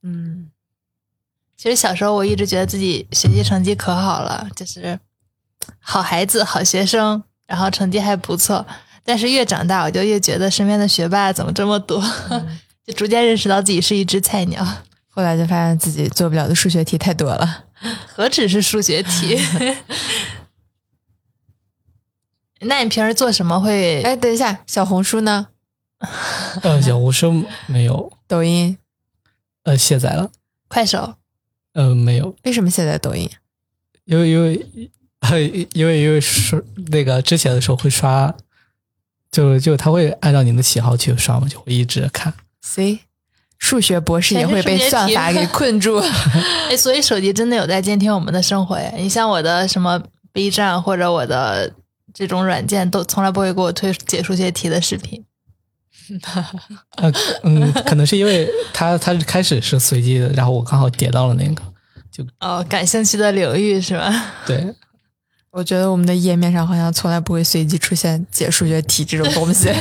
其实小时候我一直觉得自己学习成绩可好了，就是好孩子、好学生，然后成绩还不错。但是越长大，我就越觉得身边的学霸怎么这么多，就逐渐认识到自己是一只菜鸟。
后来就发现自己做不了的数学题太多了，
何止是数学题。那你平时做什么会？
哎，等一下，小红书呢？
小红书没有。
抖音
卸载了。
快手
没有。
为什么卸载抖音？
因为说那个之前的时候会刷，就他会按照你的喜好去刷嘛，就会一直看。
C， 数学博士也会被算法给困住。
哎，所以手机真的有在监听我们的生活呀。你像我的什么 B 站或者我的这种软件，都从来不会给我推解数学题的视频。
可能是因为他开始是随机的，然后我刚好点到了那个，就
感兴趣的领域是吧？
对。
我觉得我们的页面上好像从来不会随机出现解数学题这种东西。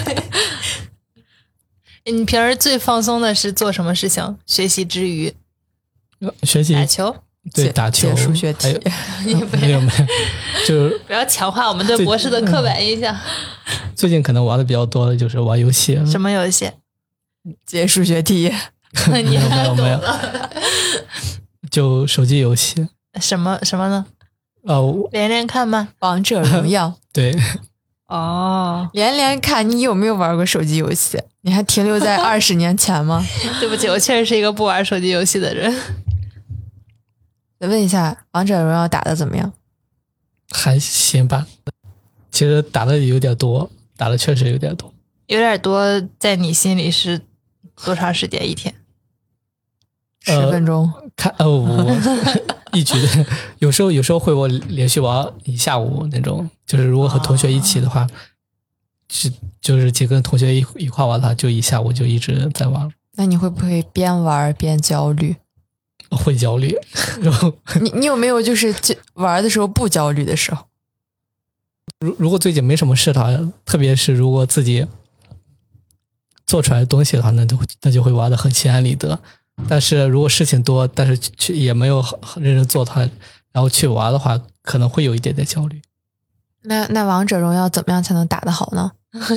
你平时最放松的是做什么事情？学习之余，
学习
打球。
对打球
解数学题，
没有，就是
不要强化我们对博士的刻板印象。
最近可能玩的比较多的就是玩游戏。
什么游戏？
解数学题。
你还懂
没有
了？
就手机游戏。
什么呢？
连
连看吗？
王者荣耀。
对。
哦，
连看，你有没有玩过手机游戏？你还停留在20年前吗？
对不起，我确实是一个不玩手机游戏的人。
再问一下，王者荣耀打的怎么样？
还行吧，其实打的有点多，打的确实有点多。
有点多，在你心里是多长时间一天
？10分钟。
我一局的，有时候会我连续玩一下午那种，就是如果和同学一起的话，就是几个同学一块玩的话，就一下午就一直在玩。
那你会不会边玩边焦虑？
会焦虑。然后
你有没有就是玩的时候不焦虑的时候？
如果最近没什么事的话，特别是如果自己做出来的东西的话，那就会玩的很心安理得。但是如果事情多，但是也没有很认真做它，然后去玩的话，可能会有一点点焦虑。
那王者荣耀怎么样才能打得好呢？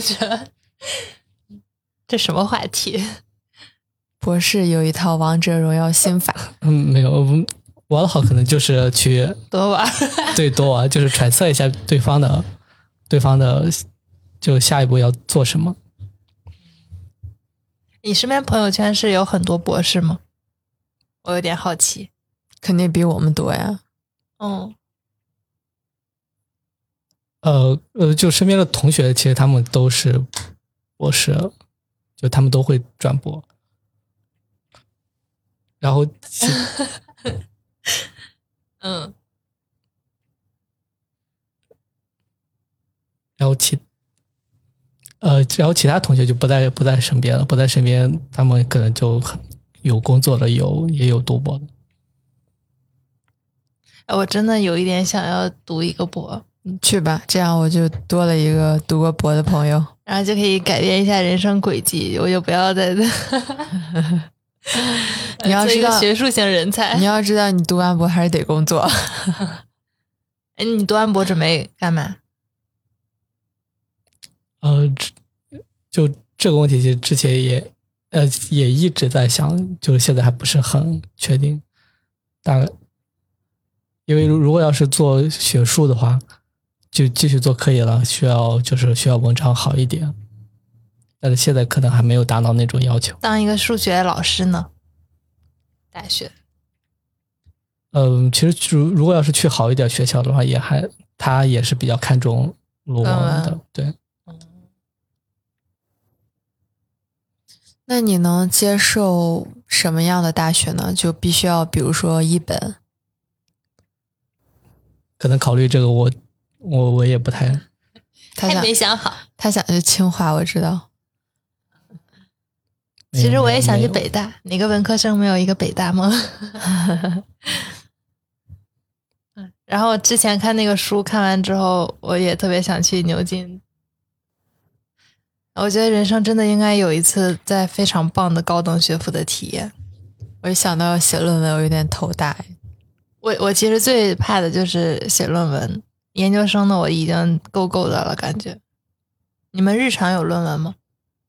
这什么话题？
博士有一套王者荣耀心法。
没有，玩的好可能就是去
多玩。
对，多玩，就是揣测一下对方的就下一步要做什么。
你身边朋友圈是有很多博士吗？我有点好奇。
肯定比我们多呀。
就身边的同学，其实他们都是博士，就他们都会转博。然后然后其他同学就不在身边了，不在身边，他们可能就有工作的，也有读博的。
我真的有一点想要读一个博。
去吧，这样我就多了一个读过博的朋友，
然后就可以改变一下人生轨迹，我就不要再
你要知道
学术型人才。
你要知道，你读完博还是得工作。
你读完博准备干嘛？
就这个问题，其实之前也一直在想，就是现在还不是很确定。大概因为如果要是做学术的话，就继续做可以了，需要文章好一点，但是现在可能还没有达到那种要求。
当一个数学老师呢？大学？
其实如果要是去好一点学校的话，他也是比较看重论文的，对。
那你能接受什么样的大学呢？就必须要比如说一本？
可能考虑这个我也不太。
还没想好。
他想去清华，我知道。
其实我也想去北大，哪个文科生没有一个北大梦？然后之前看那个书，看完之后，我也特别想去牛津。我觉得人生真的应该有一次在非常棒的高等学府的体验。
我一想到写论文，我有点头大。
我其实最怕的就是写论文，研究生的我已经够的了，感觉。你们日常有论文吗？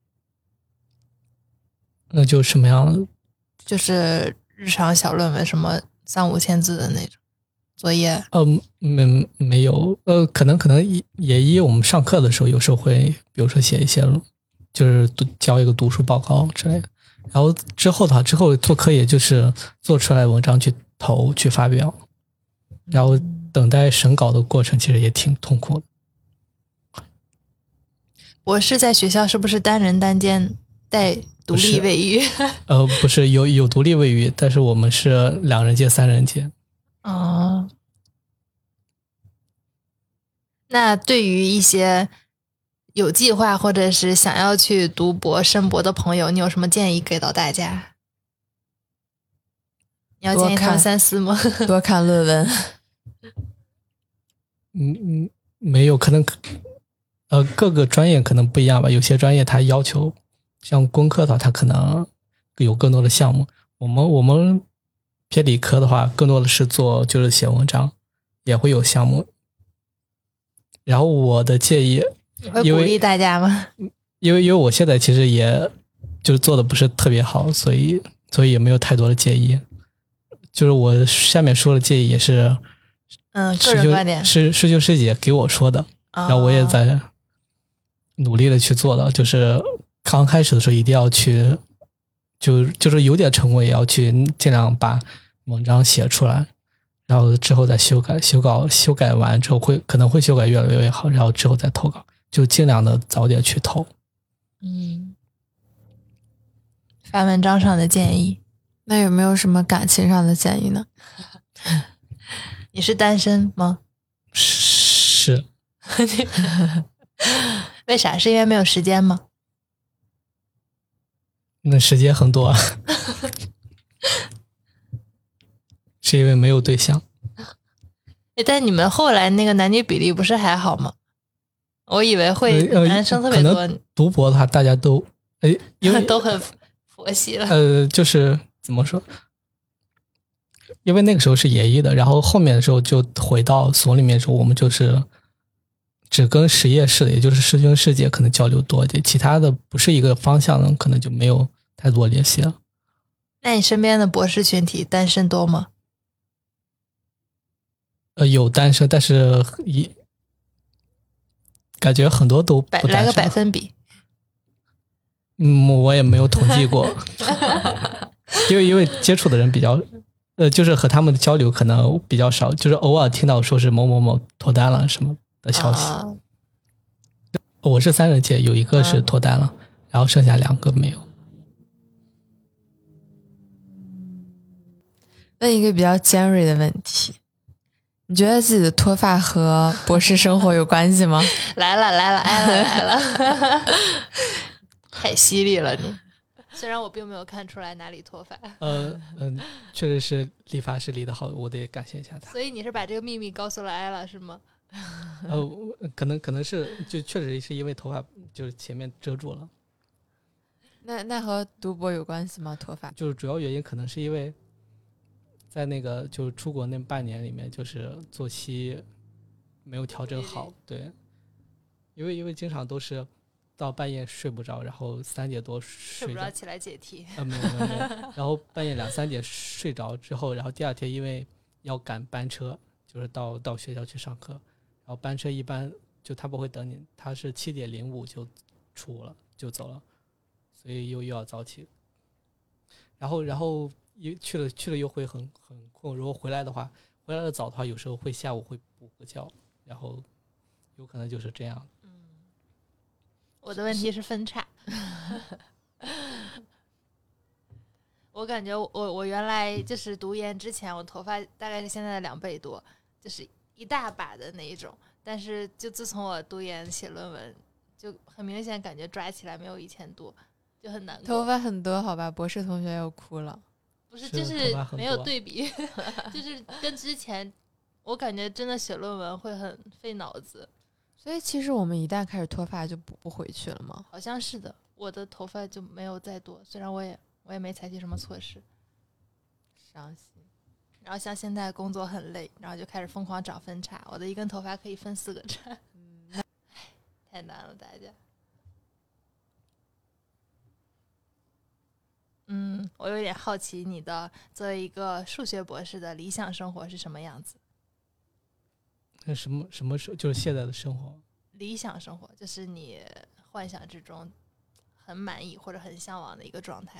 那就什么样？
就是日常小论文，什么3-5千字的那种作业。
没有。可能也我们上课的时候，有时候会，比如说写一些，就是交一个读书报告之类的。然后之后做科研就是做出来文章去发表，然后等待审稿的过程其实也挺痛苦的。
博士在学校是不是单人单间带独立卫浴？
不是，有独立卫浴，但是我们是2人间、3人间。
哦。那对于一些有计划或者是想要去读博、申博的朋友，你有什么建议给到大家？你要建议他们3思吗？
多看论文。
没有，可能各个专业可能不一样吧。有些专业它要求像工科的话，它可能有更多的项目。我们偏理科的话，更多的是就是写文章，也会有项目。然后我的建议，
你会鼓励大家吗？
因为我现在其实也就是做的不是特别好，所以也没有太多的建议。就是我下面说的建议也是，
个人观点
师兄师姐给我说的，然后我也在努力的去做的。就是刚开始的时候一定要去，就是有点成果也要去尽量把文章写出来，然后之后再修改完之后可能会修改越来越好，然后之后再投稿，就尽量的早点去投。
发文章上的建议。
那有没有什么感情上的建议呢？
你是单身吗？
是。
为啥？是因为没有时间吗？
那时间很多啊。是因为没有对象。
但你们后来那个男女比例不是还好吗？我以为会男生特别多。
可能读博的话，大家都因为
都很佛系了。
就是怎么说？因为那个时候是研一的，然后后面的时候就回到所里面的时候，我们就是只跟实验室的，也就是师兄师姐可能交流多一点，其他的不是一个方向的，可能就没有太多联系了。
那你身边的博士群体单身多吗？
有单身，但是感觉很多都不单身。
来个百分比。
我也没有统计过。因为接触的人比较就是和他们的交流可能比较少，就是偶尔听到说是某某某脱单了什么的消息。我是3人届，有一个是脱单了，然后剩下2个没有。
问一个比较尖锐的问题，你觉得自己的脱发和博士生活有关系吗？
来了，太犀利了你。虽然我并没有看出来哪里脱发。
确实是理发师理得好，我得感谢一下他。
所以你是把这个秘密告诉了艾拉是吗？
可能是就确实是因为头发就是前面遮住了。
那和读博有关系吗？脱发
就是主要原因可能是因为在那个就是出国那半年里面，就是作息没有调整好。对，因为经常都是到半夜睡不着，然后3点多睡着
起来解题。
没有，然后半夜2、3点睡着之后，然后第二天因为要赶班车，就是到学校去上课，然后班车一般就他不会等你，他是7点05就出了就走了，所以又要早起，然后去了又会很困，如果回来的早的话，有时候会下午会补个觉，然后有可能就是这样。
我的问题是分叉。我感觉我原来就是读研之前，我头发大概是现在的2倍多，就是一大把的那一种。但是就自从我读研写论文，就很明显感觉抓起来没有以前多，就很难过。
头发很多好吧，博士同学又哭了。
不是，就是没有对比。就是跟之前我感觉真的写论文会很费脑子。
所以其实我们一旦开始脱发就补不回去了吗？
好像是的，我的头发就没有再多，虽然我也没采取什么措施。
伤心。
然后像现在工作很累，然后就开始疯狂找分叉，我的一根头发可以分4个叉。太难了大家。我有点好奇你的作为一个数学博士的理想生活是什么样子？
那什么就是现在的生活？
理想生活就是你幻想之中很满意或者很向往的一个状态。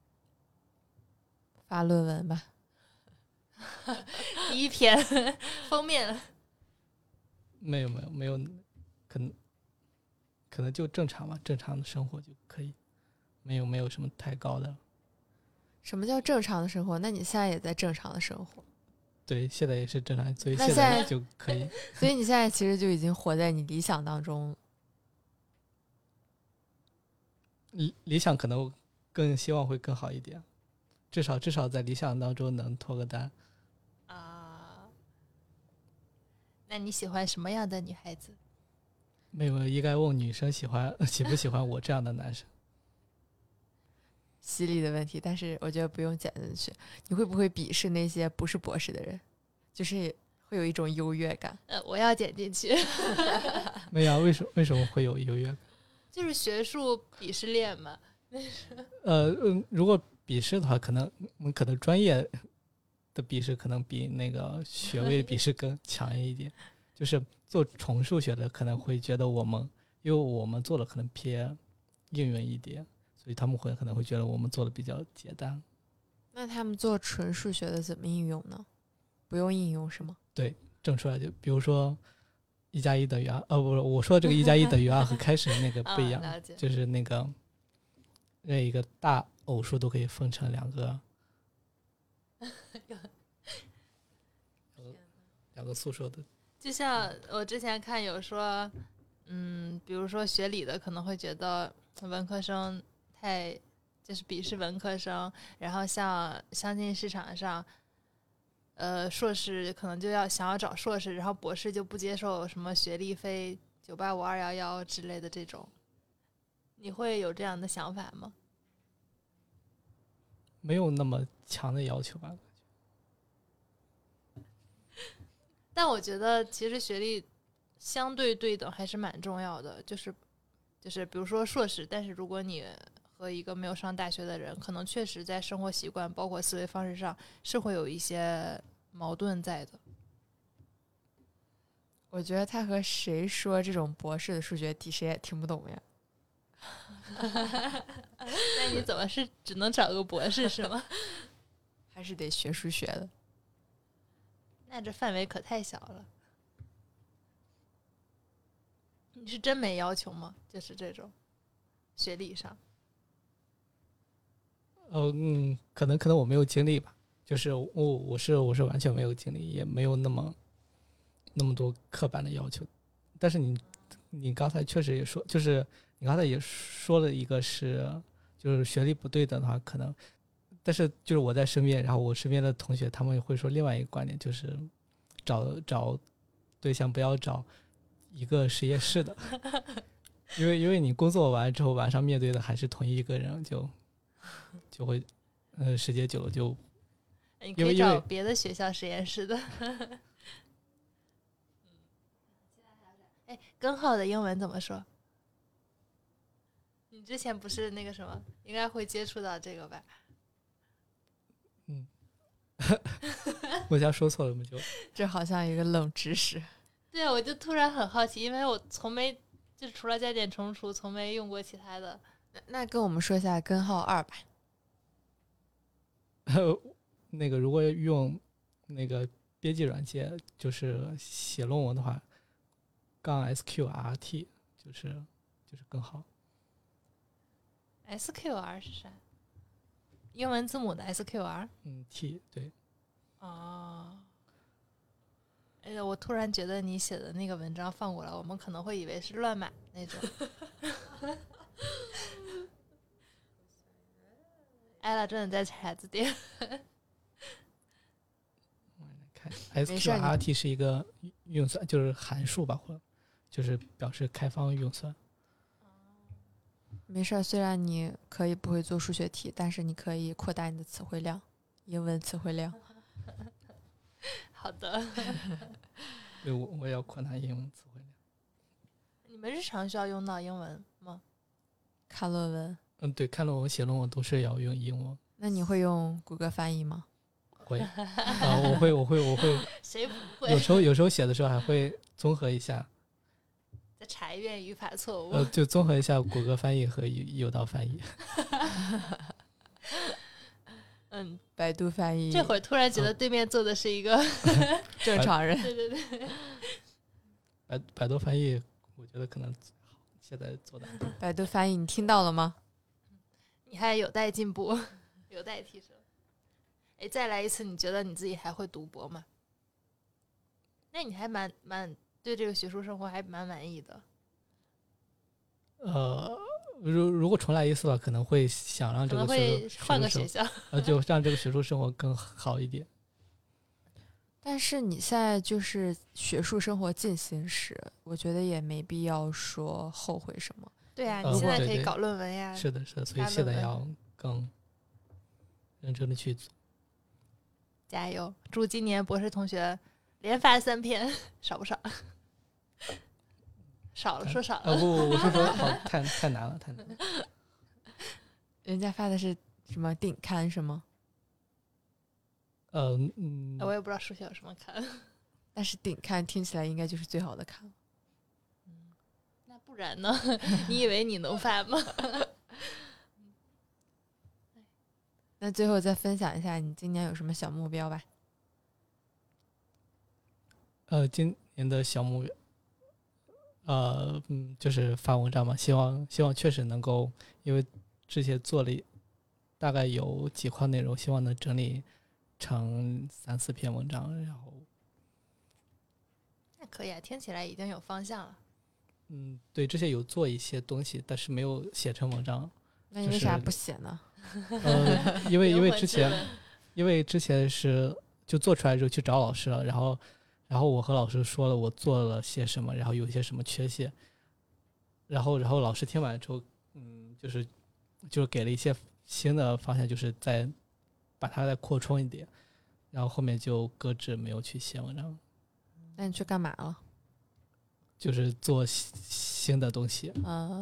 发论文吧。
第一篇封面。
没有，可能就正常吧，正常的生活就可以，没有什么太高的。
什么叫正常的生活？那你现在也在正常的生活。
对，现在也是正常，所以现在就可以。
所以你现在其实就已经活在你理想当中。
理想可能更希望会更好一点，至少在理想当中能脱个单。
那你喜欢什么样的女孩子？
没有，应该问女生喜不喜欢我这样的男生。
犀利的问题，但是我觉得不用剪进去。你会不会鄙视那些不是博士的人？就是会有一种优越感。
我要剪进去。
没有啊，为什么会有优越感？
就是学术鄙视链嘛。
如果鄙视的话，可能专业的鄙视可能比那个学位鄙视更强一点。就是做纯数学的可能会觉得因为我们做的可能偏应用一点，所以他们可能会觉得我们做的比较简单。
那他们做纯数学的怎么应用呢？不用应用是吗？对，
证出来就比如说1+1等于2，不是，我说的这个1+1等于2和开始的那个不一样，就是那个一个大偶数都可以分成两个素数的。
就像我之前看有说，比如说学理的可能会觉得文科生就是鄙视文科生，然后像相亲市场上，硕士可能就想要找硕士，然后博士就不接受什么学历非985、211之类的这种，你会有这样的想法吗？
没有那么强的要求吧。
但我觉得其实学历相对对等还是蛮重要的，就是比如说硕士，但是如果你和一个没有上大学的人，可能确实在生活习惯包括思维方式上是会有一些矛盾在的。
我觉得他和谁说这种博士的数学题谁也听不懂呀。
那你怎么是只能找个博士是吗？
还是得学数学的。
那这范围可太小了。你是真没要求吗？就是这种学历上。
可能我没有经历吧，就是我是完全没有经历，也没有那么多刻板的要求。但是你刚才确实也说，就是你刚才也说了一个就是学历不对等的话，可能，但是就是我在身边，然后我身边的同学他们会说另外一个观点，就是找对象不要找一个实验室的，因为你工作完之后晚上面对的还是同一个人，就会时间久了就，
你可以找别的学校实验室的。哎，根号的英文怎么说？你之前不是那个什么，应该会接触到这个吧？
我家说错了，
这好像一个冷知识。
对啊，我就突然很好奇，因为我从没就除了加减乘除，从没用过其他的。
那跟我们说一下根号2吧。
那个如果用那个编辑软件，就是写论文的话，-SQRT 就是更好。
SQR 是啥？英文字母的 SQR？
T 对。
哦。哎呀，我突然觉得你写的那个文章放过来，我们可能会以为是乱码那种。艾拉真的在查字典。
我来看 ，SQRT 是一个运算，就是函数吧，或者就是表示开放运算。
没事，虽然你可以不会做数学题，但是你可以扩大你的词汇量，英文词汇量。
好的。
对，我也要扩大英文词汇量。
你们日常需要用到英文吗？
看论文？
对，看论文、写论文都是要用英文。
那你会用谷歌翻译吗？
会。我会。
谁不会？
有时候写的时候还会综合一下。
再查一遍语法错误。
就综合一下谷歌翻译和有道翻译。
百度翻译。
这会儿突然觉得对面坐的是一个
正常人。
对对对。
百度翻译，我觉得可能现在做的。
百度翻译，你听到了吗？
你还有待进步，有待提升。哎，再来一次，你觉得你自己还会读博吗？那你还蛮对这个学术生活还蛮满意的。
如果重来一次的话，可能会想让这个
会换个学校，
就让这个学术生活更好一点。
但是你现在就是学术生活进行时，我觉得也没必要说后悔什么。
对呀、
你
你现在可
对对
以搞论文呀。
是的，是的，所以
发论文
现在要更认真的去做。
加油！祝今年博士同学连发3篇，少不少？少了，说少了。
不，我是说好，太难了，太难了。
人家发的是什么顶刊是吗？
我也不知道数学有什么刊。
但是顶刊听起来应该就是最好的刊。
那不然呢？你以为你能发吗？
那最后再分享一下你今年有什么小目标吧。
今年的小目标，就是发文章嘛，希望确实能够，因为之前做了大概有几块内容，希望能整理成3-4篇文章，然后
那可以啊，听起来已经有方向了。
对，之前有做一些东西，但是没有写成文章。
那你为啥不写呢？
因为
灵魂
之
之吻
前是就做出来之后去找老师了，然后我和老师说了我做了些什么，然后有些什么缺陷，然后老师听完之后，就是给了一些新的方向，就是把它再扩充一点，然后后面就搁置没有去写文章。
那你去干嘛了？
就是做新的东西，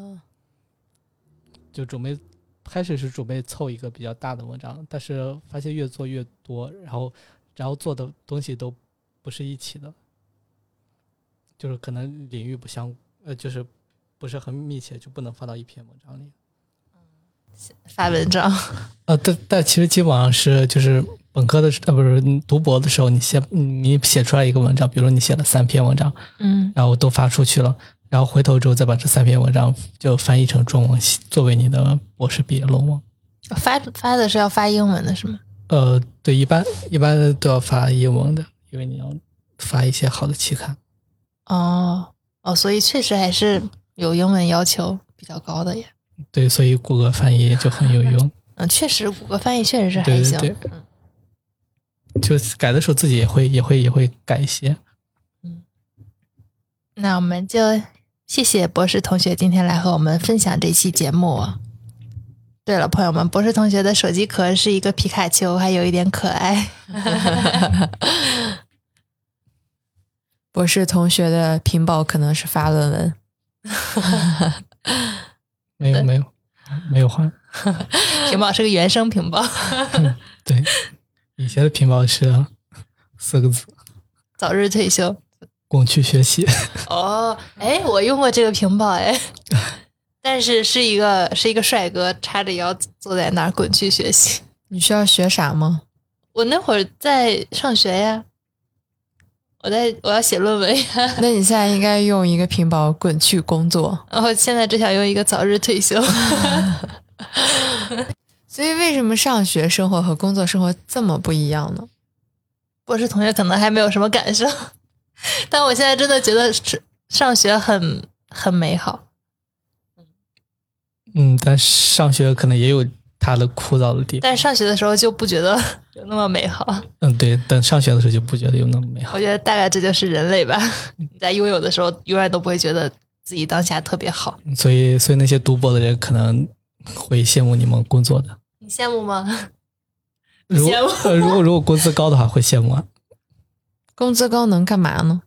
就开始是准备凑一个比较大的文章，但是发现越做越多，然后做的东西都不是一起的，就是可能领域就是不是很密切，就不能放到一篇文章里。
发文章
但其实基本上是就是本科的不是读博的时候，你写出来一个文章，比如说你写了3篇文章，然后都发出去了，然后回头之后再把这3篇文章就翻译成中文，作为你的博士毕业论文。
发的是要发英文的是吗？
对，一般都要发英文的，因为你要发一些好的期刊。
所以确实还是有英文要求比较高的耶。
对，所以谷歌翻译就很有用。
确实，谷歌翻译确实是还行。
对，就改的时候自己也会改一些。
那我们就谢谢博士同学今天来和我们分享这期节目。对了，朋友们，博士同学的手机壳是一个皮卡丘，还有一点可爱。
博士同学的屏保可能是发论文。
没有换。
屏保是个原生屏保。
对，以前的屏保是4个字：
早日退休，
滚去学习。
我用过这个屏保但是是一个帅哥叉着腰坐在那儿滚去学习。
你需要学啥吗？
我那会儿在上学呀，我要写论文呀。
那你现在应该用一个屏保滚去工作。
然后现在只想用一个早日退休。
所以为什么上学生活和工作生活这么不一样呢？
博士同学可能还没有什么感受，但我现在真的觉得上学很美好。
但上学可能也有它的枯燥的地方。
但上学的时候就不觉得有那么美好。
对，等上学的时候就不觉得有那么美好。
我觉得大概这就是人类吧。你在拥有的时候永远都不会觉得自己当下特别好。
所以那些读博的人可能会羡慕你们工作的。
你羡慕吗？
如果工资高的话会羡慕啊。
工资高能干嘛呢？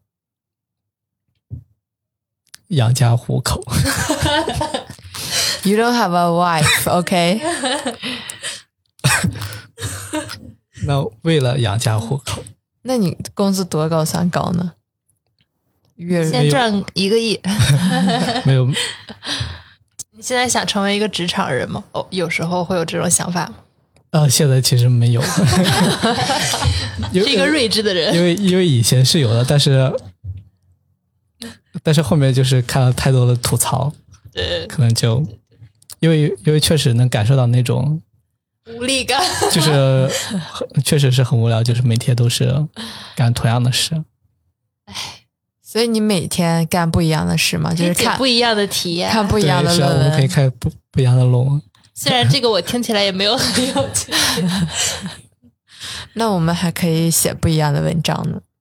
养家糊口。
You don't have a wife, OK?
那为了养家糊口，
那你工资多高算高呢？
先赚1个亿。
没有。
你现在想成为一个职场人吗？有时候会有这种想法吗？
现在其实没有。
是一个睿智的人。
因为以前是有的，但是后面就是看了太多的吐槽，
对，
可能就因为确实能感受到那种
无力感，
就是确实是很无聊，就是每天都是干同样的事。
所以你每天干不一样的事吗？就是看
不一样的题呀，
看不一样的论文。
我们可以看不一样的论文。
虽然这个我听起来也没有很有趣。
那我们还可以写不一样的文章呢。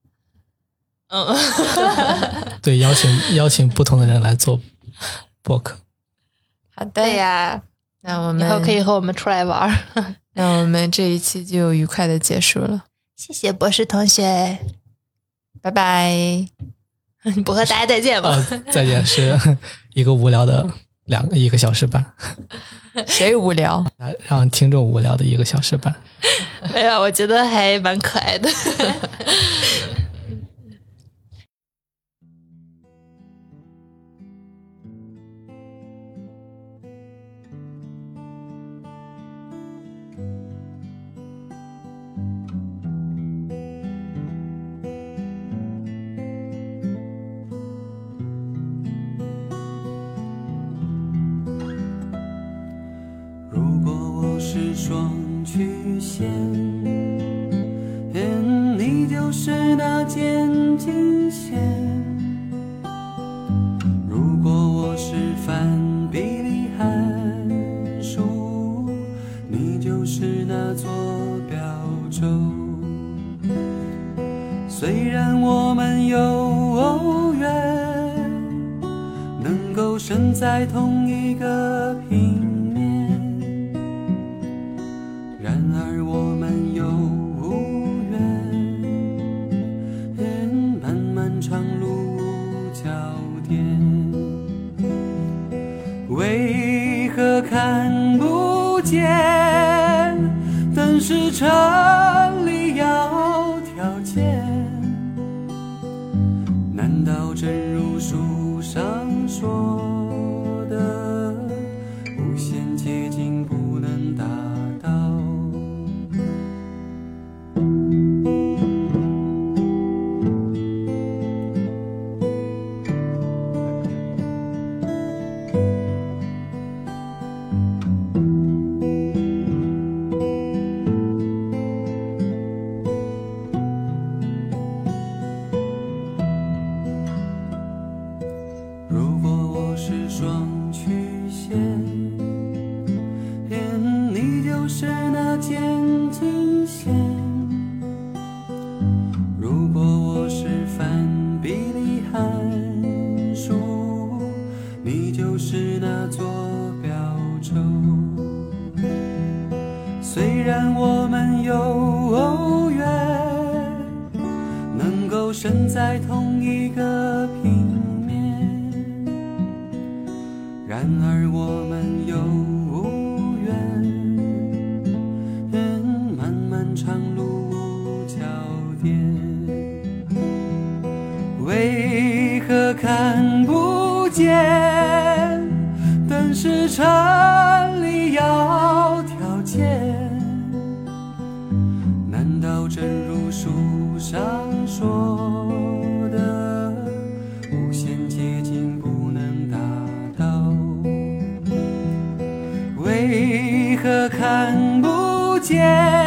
对，邀请不同的人来做播客。
好的
对呀，
那我们
以后可以和我们出来玩儿。
那我们这一期就愉快的结束了，
谢谢博士同学，
拜拜。
不和大家再见吧。
再见是一个无聊的1个小时半，
谁无聊？
让听众无聊的1个小时半。
没有，我觉得还蛮可爱的。
如果我是双曲线，你就是那渐近线。如果我是反比例函数，你就是那坐标轴。虽然我们有缘能够生在同一个平面，然而我们有漫长路无交点，为何看不见灯是城里要条件？难道真如书上说的无限接近不能达到？如果我是双曲线，你就是那渐近线。如果我是反比例函数，你就是那坐标轴。虽然我们有缘能够生在同一个平面，然而我们有缘漫长路无交点，为何看不见灯是城里要条件？难道真如书上说的无限接近不能达到？为何看不见